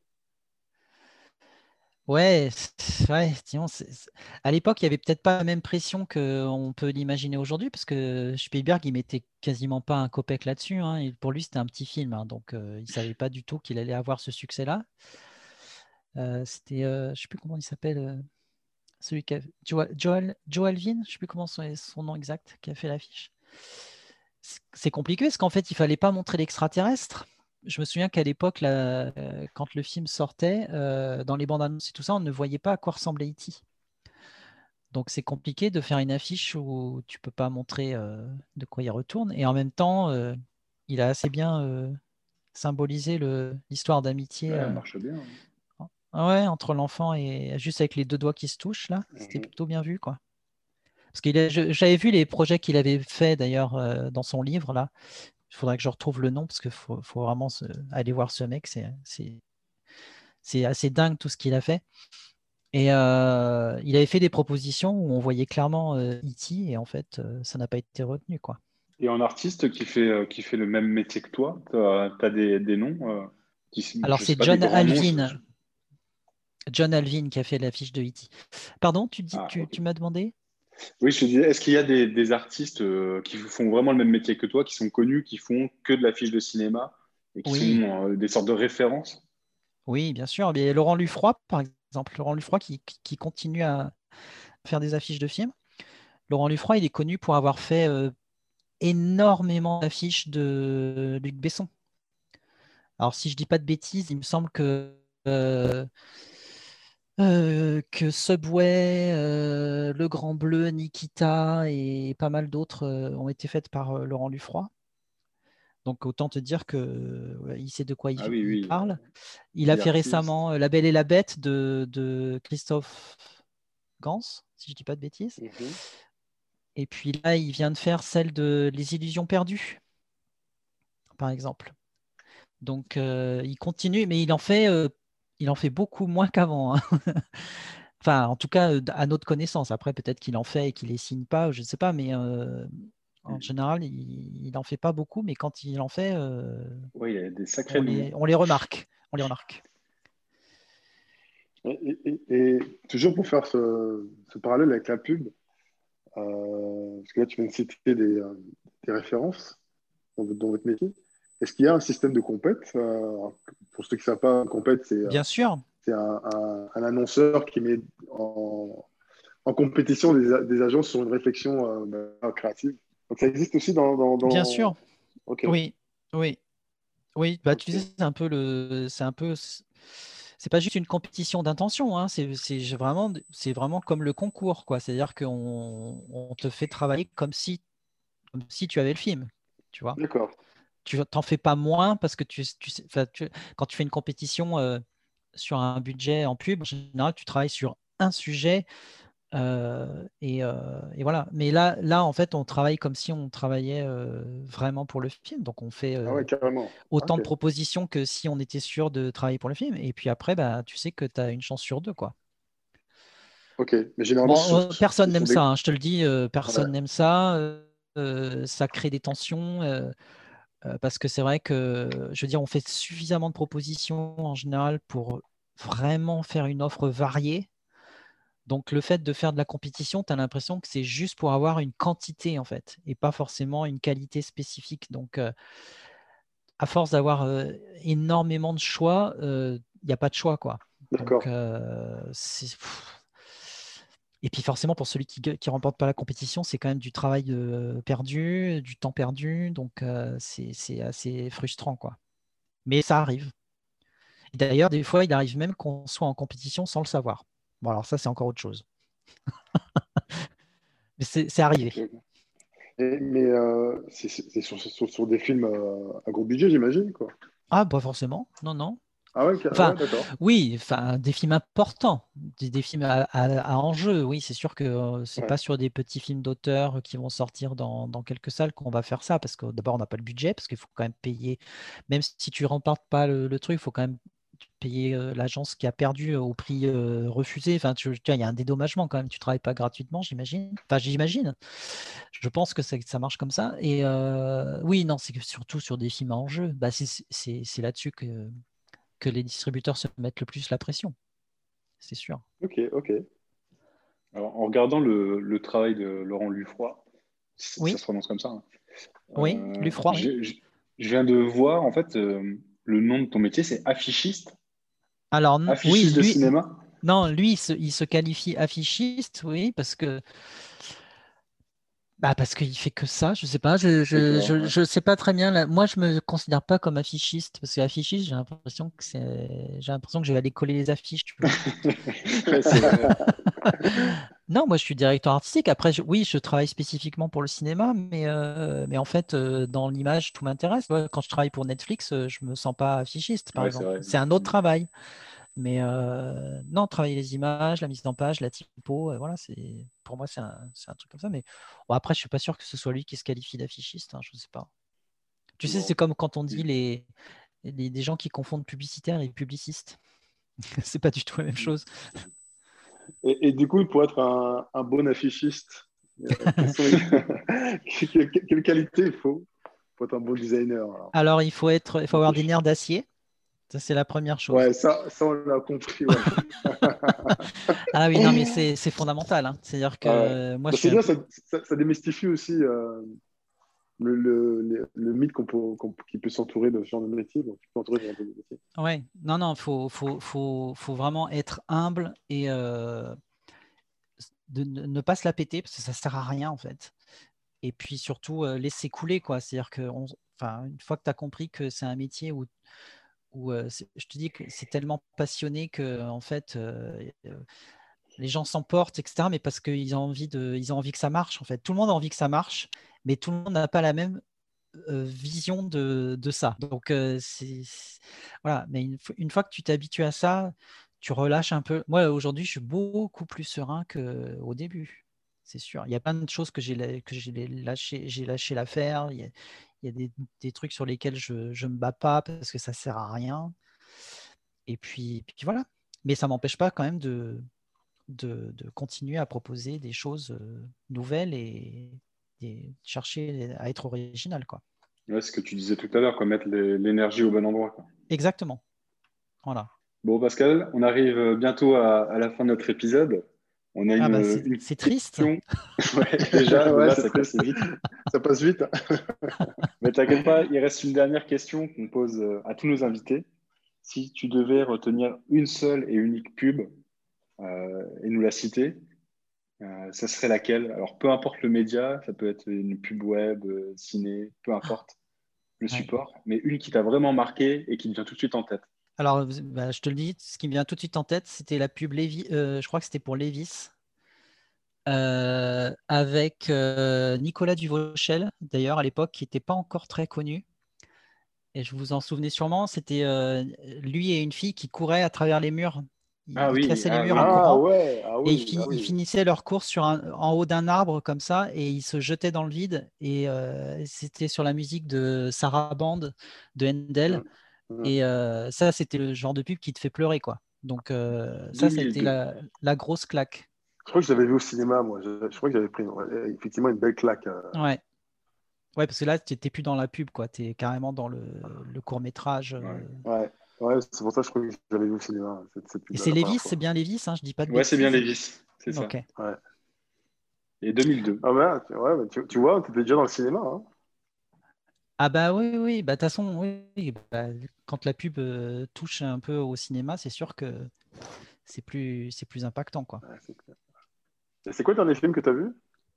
Ouais, c'est- ouais, disons, c'est- c'est- à l'époque, il n'y avait peut-être pas la même pression qu'on peut l'imaginer aujourd'hui, parce que Spielberg, il mettait quasiment pas un copec là-dessus, hein. Et pour lui, c'était un petit film, hein, donc euh, il savait pas du tout qu'il allait avoir ce succès-là. Euh, c'était, euh, je ne sais plus comment il s'appelle, euh, celui qui a, Joel, Joel, Joel Vin, je sais plus comment son, son nom exact, qui a fait l'affiche. C'est c'est compliqué parce qu'en fait, il fallait pas montrer l'extraterrestre. Je me souviens qu'à l'époque, là, euh, quand le film sortait, euh, dans les bandes annonces et tout ça, on ne voyait pas à quoi ressemblait E T. Donc c'est compliqué de faire une affiche où tu peux pas montrer euh, de quoi il retourne. Et en même temps, euh, il a assez bien, euh, symboliser le, l'histoire d'amitié Ouais, euh, elle marche bien. ouais, entre l'enfant et juste avec les deux doigts qui se touchent, là. C'était Mhm. plutôt bien vu, quoi. Parce que j'avais vu les projets qu'il avait fait d'ailleurs euh, dans son livre, là. Il faudrait que je retrouve le nom parce qu'il faut, faut vraiment se- aller voir ce mec. C'est, c'est, c'est assez dingue tout ce qu'il a fait. Et euh, il avait fait des propositions où on voyait clairement euh, E T et en fait, euh, ça n'a pas été retenu, quoi. Et en artiste qui fait, euh, qui fait le même métier que toi, tu as, des, des noms euh, qui, Alors, je sais c'est pas, des John grands noms. je- Alvin. je- John Alvin qui a fait l'affiche de E T. Pardon, tu, dis, Ah, tu, ok. tu m'as demandé? Oui, je te disais, est-ce qu'il y a des, des artistes euh, qui font vraiment le même métier que toi, qui sont connus, qui font que de l'affiche de cinéma et qui sont Oui, euh, des sortes de références? oui, bien sûr. Mais Laurent Lufroy, par exemple, Laurent Lufroy qui, qui- qui continue à faire des affiches de films. Laurent Lufroy, il est connu pour avoir fait euh, énormément d'affiches de Luc Besson. Alors, si je dis pas de bêtises, il me semble que, euh, euh, que Subway, euh, Le Grand Bleu, Nikita et pas mal d'autres euh, ont été faites par euh, Laurent Lufroy. Donc, autant te dire que ouais, il sait de quoi il, Ah oui, il oui, parle. euh, Il a The fait Artist. récemment euh, La Belle et la Bête de, de Christophe Gans, si je dis pas de bêtises. Mhm. Et puis là, il vient de faire celle de Les Illusions perdues, par exemple. Donc, euh, il continue, mais il en fait, euh, il en fait beaucoup moins qu'avant, hein. Enfin, en tout cas, euh, à notre connaissance. Après, peut-être qu'il en fait et qu'il les signe pas, je ne sais pas, mais euh, en général, il n'en fait pas beaucoup, mais quand il en fait, euh, Oui, il y a des sacrés on noms. les, on les remarque. On les remarque. Et, et- et toujours pour faire ce, ce parallèle avec la pub, euh, parce que là, tu viens de citer des, euh, des références dans, votre dans votre métier. Est-ce qu'il y a un système de compète? Euh, pour ceux qui ne savent pas, une compète, c'est euh, Bien sûr. c'est un, un- un annonceur qui met en, en compétition des, a- des agences sur une réflexion euh, bah, créative. Donc ça existe aussi dans, dans, Bien sûr. dans... Ok, Oui. Oui. Oui. Bah, tu ok. sais, c'est un peu le, c'est un peu, c'est pas juste une compétition d'intention, hein. C'est, c'est vraiment, c'est vraiment comme le concours, quoi. C'est-à-dire qu'on on te fait travailler comme si, comme si tu avais le film, tu vois. D'accord. Tu t'en fais pas moins parce que tu, tu sais- enfin, tu- quand tu fais une compétition euh, sur un budget en pub, en général, tu travailles sur un sujet euh, et, euh, et voilà. Mais là, là, en fait, on travaille comme si on travaillait euh, vraiment pour le film. Donc, on fait Ah euh, ouais, carrément. autant Ok, de propositions que si on était sûr de travailler pour le film. Et puis après, bah, tu sais que tu as une chance sur deux, quoi. ok. Mais généralement, ce Bon, sont, euh, personne ce sont n'aime des... ça, hein, je te le dis, euh, Ouais, personne n'aime ça. euh, euh, ça crée des tensions. euh, Euh, parce que c'est vrai que, je veux dire, on fait suffisamment de propositions en général pour vraiment faire une offre variée. Donc, le fait de faire de la compétition, tu as l'impression que c'est juste pour avoir une quantité, en fait, et pas forcément une qualité spécifique. Donc, euh, à force d'avoir euh, énormément de choix, il n'y a pas de choix, quoi. Donc, d'accord. euh, c'est... pff. Et puis forcément, pour celui qui ne remporte pas la compétition, c'est quand même du travail euh, perdu, du temps perdu. Donc, euh, c'est c'est assez frustrant, quoi. Mais ça arrive. Et d'ailleurs, des fois, il arrive même qu'on soit en compétition sans le savoir. Bon, alors ça, c'est encore autre chose. Mais c'est c'est arrivé. Ok, ok. Et- mais euh, c'est c'est- c'est sur, sur, sur des films euh, à gros budget, j'imagine, quoi. Ah, pas forcément. Non, non. Ah ouais, ca- Enfin, ouais, d'accord. oui, enfin, des films importants, des, des films à, à- à enjeu. Oui, c'est sûr que euh, c'est Ouais. pas sur des petits films d'auteur qui vont sortir dans, dans quelques salles qu'on va faire ça, parce que d'abord, on n'a pas le budget, parce qu'il faut quand même payer, même si tu remportes pas le, le truc, il faut quand même payer euh, l'agence qui a perdu euh, au prix euh, refusé. Enfin, tu, tu vois, il y a un dédommagement quand même. Tu travailles pas gratuitement, j'imagine. Enfin, j'imagine. Je pense que ça, ça marche comme ça. Et euh, oui, non, c'est que surtout sur des films à enjeu. Bah, c'est c'est- c'est là-dessus que, que les distributeurs se mettent le plus la pression, c'est sûr. Ok, ok. Alors, en regardant le, le travail de Laurent Lufroy, c- ça Oui, se prononce comme ça, hein. oui, Euh, Lufroy, oui. j'ai- j'ai- je viens de voir, en fait, euh, le nom de ton métier, c'est affichiste. Alors, n- oui, Affichiste de lui, n- cinéma. non, lui, il se, il se qualifie affichiste, oui, parce que bah parce qu'il fait que ça, je sais pas, je, je, D'accord, je, ouais. je sais pas très bien. Là. Moi, je me considère pas comme affichiste, parce que affichiste, j'ai l'impression que c'est, j'ai l'impression que je vais aller coller les affiches, tu vois. Ouais, c'est vrai. Non, moi je suis directeur artistique. Après, je- oui, je travaille spécifiquement pour le cinéma, mais, euh, mais en fait, euh, dans l'image, tout m'intéresse. Ouais, quand je travaille pour Netflix, euh, je me sens pas affichiste, par Ouais, c'est exemple. vrai. C'est un autre travail. Mais euh, non, travailler les images, la mise en page, la typo, euh, voilà, c'est pour moi, c'est un, c'est un truc comme ça. Mais bon, après, je suis pas sûr que ce soit lui qui se qualifie d'affichiste, hein, je sais pas. Tu sais, c'est Bon. comme quand on dit les, les, des gens qui confondent publicitaire et publiciste. C'est pas du tout la même chose. Et, et du coup, pour être un, un bon affichiste, euh, quelles sont les... quelle, quelle qualité il faut pour être un bon designer alors? Alors, il faut être, il faut avoir des nerfs d'acier. Ça, c'est la première chose. Ouais, ça, ça on l'a compris. Ouais. Ah oui, non, mais c'est c'est fondamental, hein. C'est-à-dire Ouais. que moi, Bah, je suis c'est un bien, peu. ça, ça, ça démystifie aussi euh, le, le, le, le mythe qu'on peut, qu'on- qui peut s'entourer de ce genre de métier. Donc, tu peux entourer de ce genre de métier. Ouais, non, non, faut, faut, faut, faut vraiment être humble et euh, de ne ne pas se la péter parce que ça sert à rien en fait. Et puis surtout, euh, laisser couler, quoi. C'est-à-dire que on- enfin, une fois que tu as compris que c'est un métier où, où euh, c'est- je te dis que c'est tellement passionné que en fait, euh, euh, les gens s'emportent, et cetera. Mais parce qu'ils ont envie de, ils ont envie que ça marche en fait. Tout le monde a envie que ça marche, mais tout le monde n'a pas la même euh, vision de, de ça. Donc, euh, c'est, c'est- voilà. Mais une, fois- une fois que tu t'habitues à ça, tu relâches un peu. Moi, aujourd'hui, je suis beaucoup plus serein qu'au début. C'est sûr. Il y a plein de choses que j'ai la- que j'ai lâché, j'ai lâché l'affaire. Il y a, il y a des, des trucs sur lesquels je ne me bats pas parce que ça sert à rien. Et puis, puis voilà. Mais ça m'empêche pas quand même de, de, de continuer à proposer des choses euh, nouvelles et, et chercher à être original, quoi. Ouais, ce que tu disais tout à l'heure, quoi, mettre les- l'énergie au bon endroit, quoi. Exactement. Voilà. Bon, Pascal, on arrive bientôt à, à la fin de notre épisode. On a Ah bah une, c'est une c'est triste. question. Ouais, déjà, Ouais, déjà, c'est ça triste. passait vite. Ça passe vite. Mais t'inquiète pas, il reste une dernière question qu'on pose euh, à tous nos invités. Si tu devais retenir une seule et unique pub euh, et nous la citer, euh, ça serait laquelle? Alors, peu importe le média, ça peut être une pub web, euh, ciné, peu importe le Ouais. support, mais une qui t'a vraiment marqué et qui te vient tout de suite en tête. Alors, bah, je te le dis, ce qui me vient tout de suite en tête, c'était la pub Levi, euh, je crois que c'était pour Levi's, euh, avec euh, Nicolas Duvauchel, d'ailleurs, à l'époque, qui n'était pas encore très connu. Et je vous en souvenez sûrement, c'était euh, lui et une fille qui couraient à travers les murs. Ah Ils, ils oui, cassaient les ah murs en oui, Ah courant ouais, ah et ils, oui, ah fini- ils oui. finissaient leur course sur un- en haut d'un arbre comme ça et ils se jetaient dans le vide. Et euh, c'était sur la musique de Sarah Band de Handel. Hum, hum. Et euh, ça, c'était le genre de pub qui te fait pleurer, quoi. Donc euh, ça, ça a été deux mille deux. la, la grosse claque. Je crois que je l'avais vu au cinéma, moi. Je, je crois que j'avais pris ouais, effectivement une belle claque. euh. Ouais. Ouais, parce que là, tu n'étais plus dans la pub, quoi. Tu es carrément dans le, le court-métrage. Ouais, euh. Ouais, ouais, c'est pour ça que je crois que j'avais vu au cinéma cette, cette Et pub c'est la première Lévis, c'est fois. bien Lévis, hein, je dis pas de ouais, c'est bien bêtises. Lévis, c'est ça. Ok. Ouais. Et deux mille deux. Ah ouais, tu, ouais, bah, tu, tu vois, tu étais déjà dans le cinéma. Hein. Ah bah oui, oui, bah de toute façon, oui, oui, bah, quand la pub euh, touche un peu au cinéma, c'est sûr que c'est plus, c'est plus impactant, quoi. Ouais, c'est clair. Et c'est quoi le dernier film que tu as vu?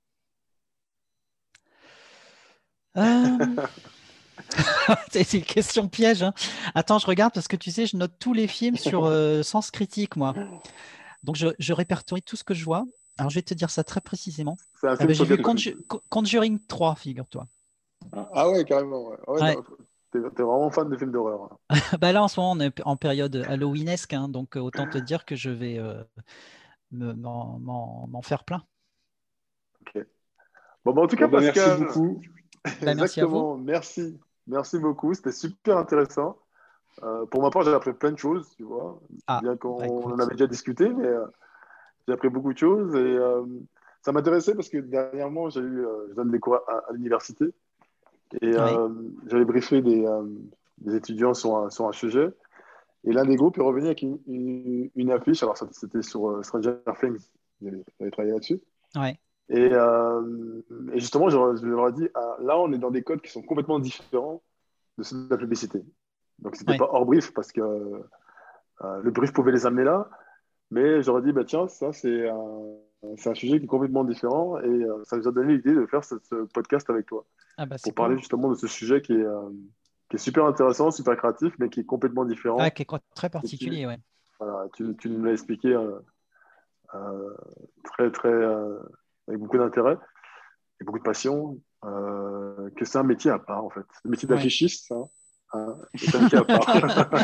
Euh, C'est c'est une question piège, hein. Attends, je regarde parce que tu sais, je note tous les films sur euh, Sens Critique, moi. Donc je, je répertorie tout ce que je vois. Alors je vais te dire ça très précisément. C'est un Ah film bah, sur j'ai vu lequel tu... Conju- Conjuring trois, figure-toi. Ah ouais, carrément. Ouais. Ouais, Ouais. non, t'es, t'es vraiment fan de films d'horreur. Hein. Bah là, en ce moment, on est en période Halloweenesque, hein, donc euh, autant te dire que je vais euh, me- m'en m'en- m'en faire plein. Ok. Bon, bah, en tout Bon, cas, bah, merci Pascal, beaucoup. Bah, merci à vous. exactement. Merci. Merci beaucoup. C'était super intéressant. Euh, pour ma part, j'ai appris plein de choses, tu vois. Ah, Bien bah qu'on en écoute. avait déjà discuté, mais euh, j'ai appris beaucoup de choses. Et euh, ça m'intéressait parce que dernièrement, j'ai eu, euh, je donne des cours à, à l'université. Et Ouais, euh, j'avais briefé des, euh, des étudiants sur un, sur un sujet. Et l'un des groupes est revenu avec une, une, une affiche. Alors, ça, c'était sur euh, Stranger Things. J'avais j'avais travaillé là-dessus. ouais, Et, euh, et justement, je, leur je leur ai dit, ah, là, on est dans des codes qui sont complètement différents de ceux de la publicité. Donc, c'était ouais, pas hors brief parce que euh, le brief pouvait les amener là. Mais j'aurais dit, bah, tiens, ça, c'est un, c'est un sujet qui est complètement différent. Et euh, ça nous a donné l'idée de faire ce, ce podcast avec toi ah bah c'est pour parler cool. justement de ce sujet qui est, euh, qui est super intéressant, super créatif, mais qui est complètement Ah, différent. qui est quoi- très Et tu, particulier, ouais. voilà, tu, tu nous l'as expliqué euh, euh, très, très, euh, avec beaucoup d'intérêt et beaucoup de passion, euh, que c'est un métier à part, en fait. Le métier d'affichiste, hein, hein, c'est un métier à part.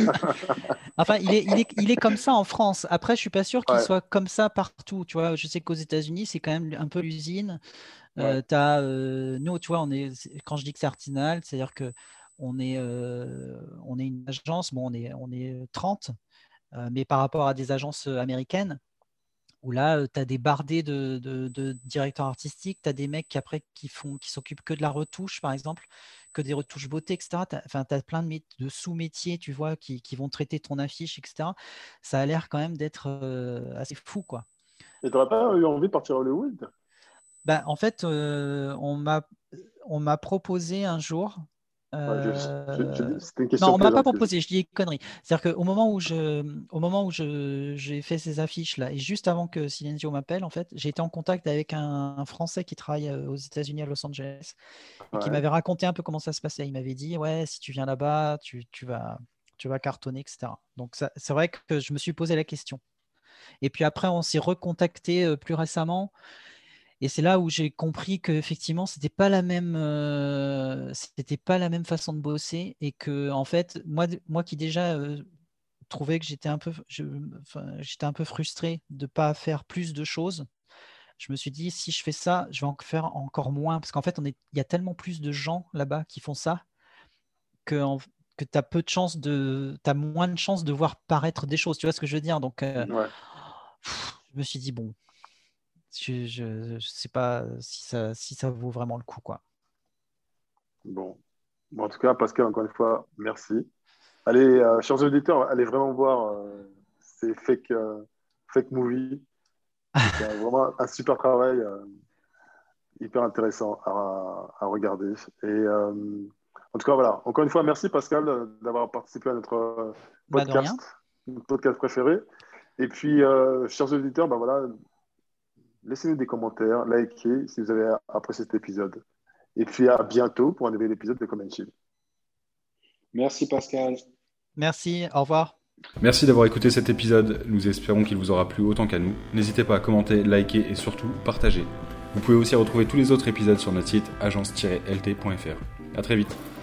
Enfin, il est, il est, il est comme ça en France. Après, je suis pas sûr qu'il Ouais, soit comme ça partout. Tu vois, je sais qu'aux États-Unis, c'est quand même un peu l'usine. ouais. Euh, t'as, euh, nous, tu vois, on est, quand je dis que c'est artisanal, c'est-à-dire que on est, euh, on est une agence, bon, on est, on est trente, euh, mais par rapport à des agences américaines, où là, tu as des bardés de, de- de directeurs artistiques, tu as des mecs qui, après, qui font, qui s'occupent que de la retouche, par exemple, que des retouches beauté, et cetera. T'as- Enfin, tu as plein de, mé- de sous-métiers, tu vois, qui, qui vont traiter ton affiche, et cetera. Ça a l'air quand même d'être euh, assez fou, quoi. Et t'aurais pas eu envie de partir à Hollywood? Bah, en fait, euh, on m'a on m'a proposé un jour. Ouais, je, je- je euh, dis- c'était une Non, question on m'a pas plaisante que je... proposé. Je dis une connerie. C'est-à-dire qu'au moment où je, au moment où je, j'ai fait ces affiches là, et juste avant que Silenzio m'appelle, en fait, j'ai été en contact avec un, un Français qui travaille euh, aux États-Unis à Los Angeles et qui Ouais. m'avait raconté un peu comment ça se passait. Il m'avait dit, ouais, si tu viens là-bas, tu, tu vas, tu vas cartonner, et cetera. Donc ça, c'est vrai que je me suis posé la question. Et puis après, on s'est recontacté euh, plus récemment. Et c'est là où j'ai compris qu'effectivement, c'était pas la même, euh, c'était pas la même façon de bosser et que en fait, moi, moi qui déjà euh, trouvais que j'étais un peu, je- enfin, j'étais un peu frustré de pas faire plus de choses. Je me suis dit, si je fais ça, je vais en faire encore moins parce qu'en fait, on est, il y a tellement plus de gens là-bas qui font ça que, en- que tu as peu de chances de, t'as moins de chances de voir paraître des choses. Tu vois ce que je veux dire? Donc, euh, Ouais. pff, je me suis dit, bon, je, je, je sais pas si ça, si ça vaut vraiment le coup, quoi. Bon. Bon, en tout cas, Pascal, encore une fois, merci. Allez, euh, chers auditeurs, allez vraiment voir euh, ces fake, euh, fake movies. C'est un- vraiment un super travail, euh, hyper intéressant à, à regarder. Et euh, en tout cas, voilà. Encore une fois, merci Pascal euh, d'avoir participé à notre euh, Bah de rien. podcast, notre podcast préféré. Et puis, euh, chers auditeurs, ben voilà, laissez-nous des commentaires, likez si vous avez apprécié cet épisode. Et puis à bientôt pour un nouvel épisode de Comment Chill. Merci Pascal. Merci, au revoir. Merci d'avoir écouté cet épisode, nous espérons qu'il vous aura plu autant qu'à nous. N'hésitez pas à commenter, liker et surtout partager. Vous pouvez aussi retrouver tous les autres épisodes sur notre site agence tiret l t point f r. À très vite.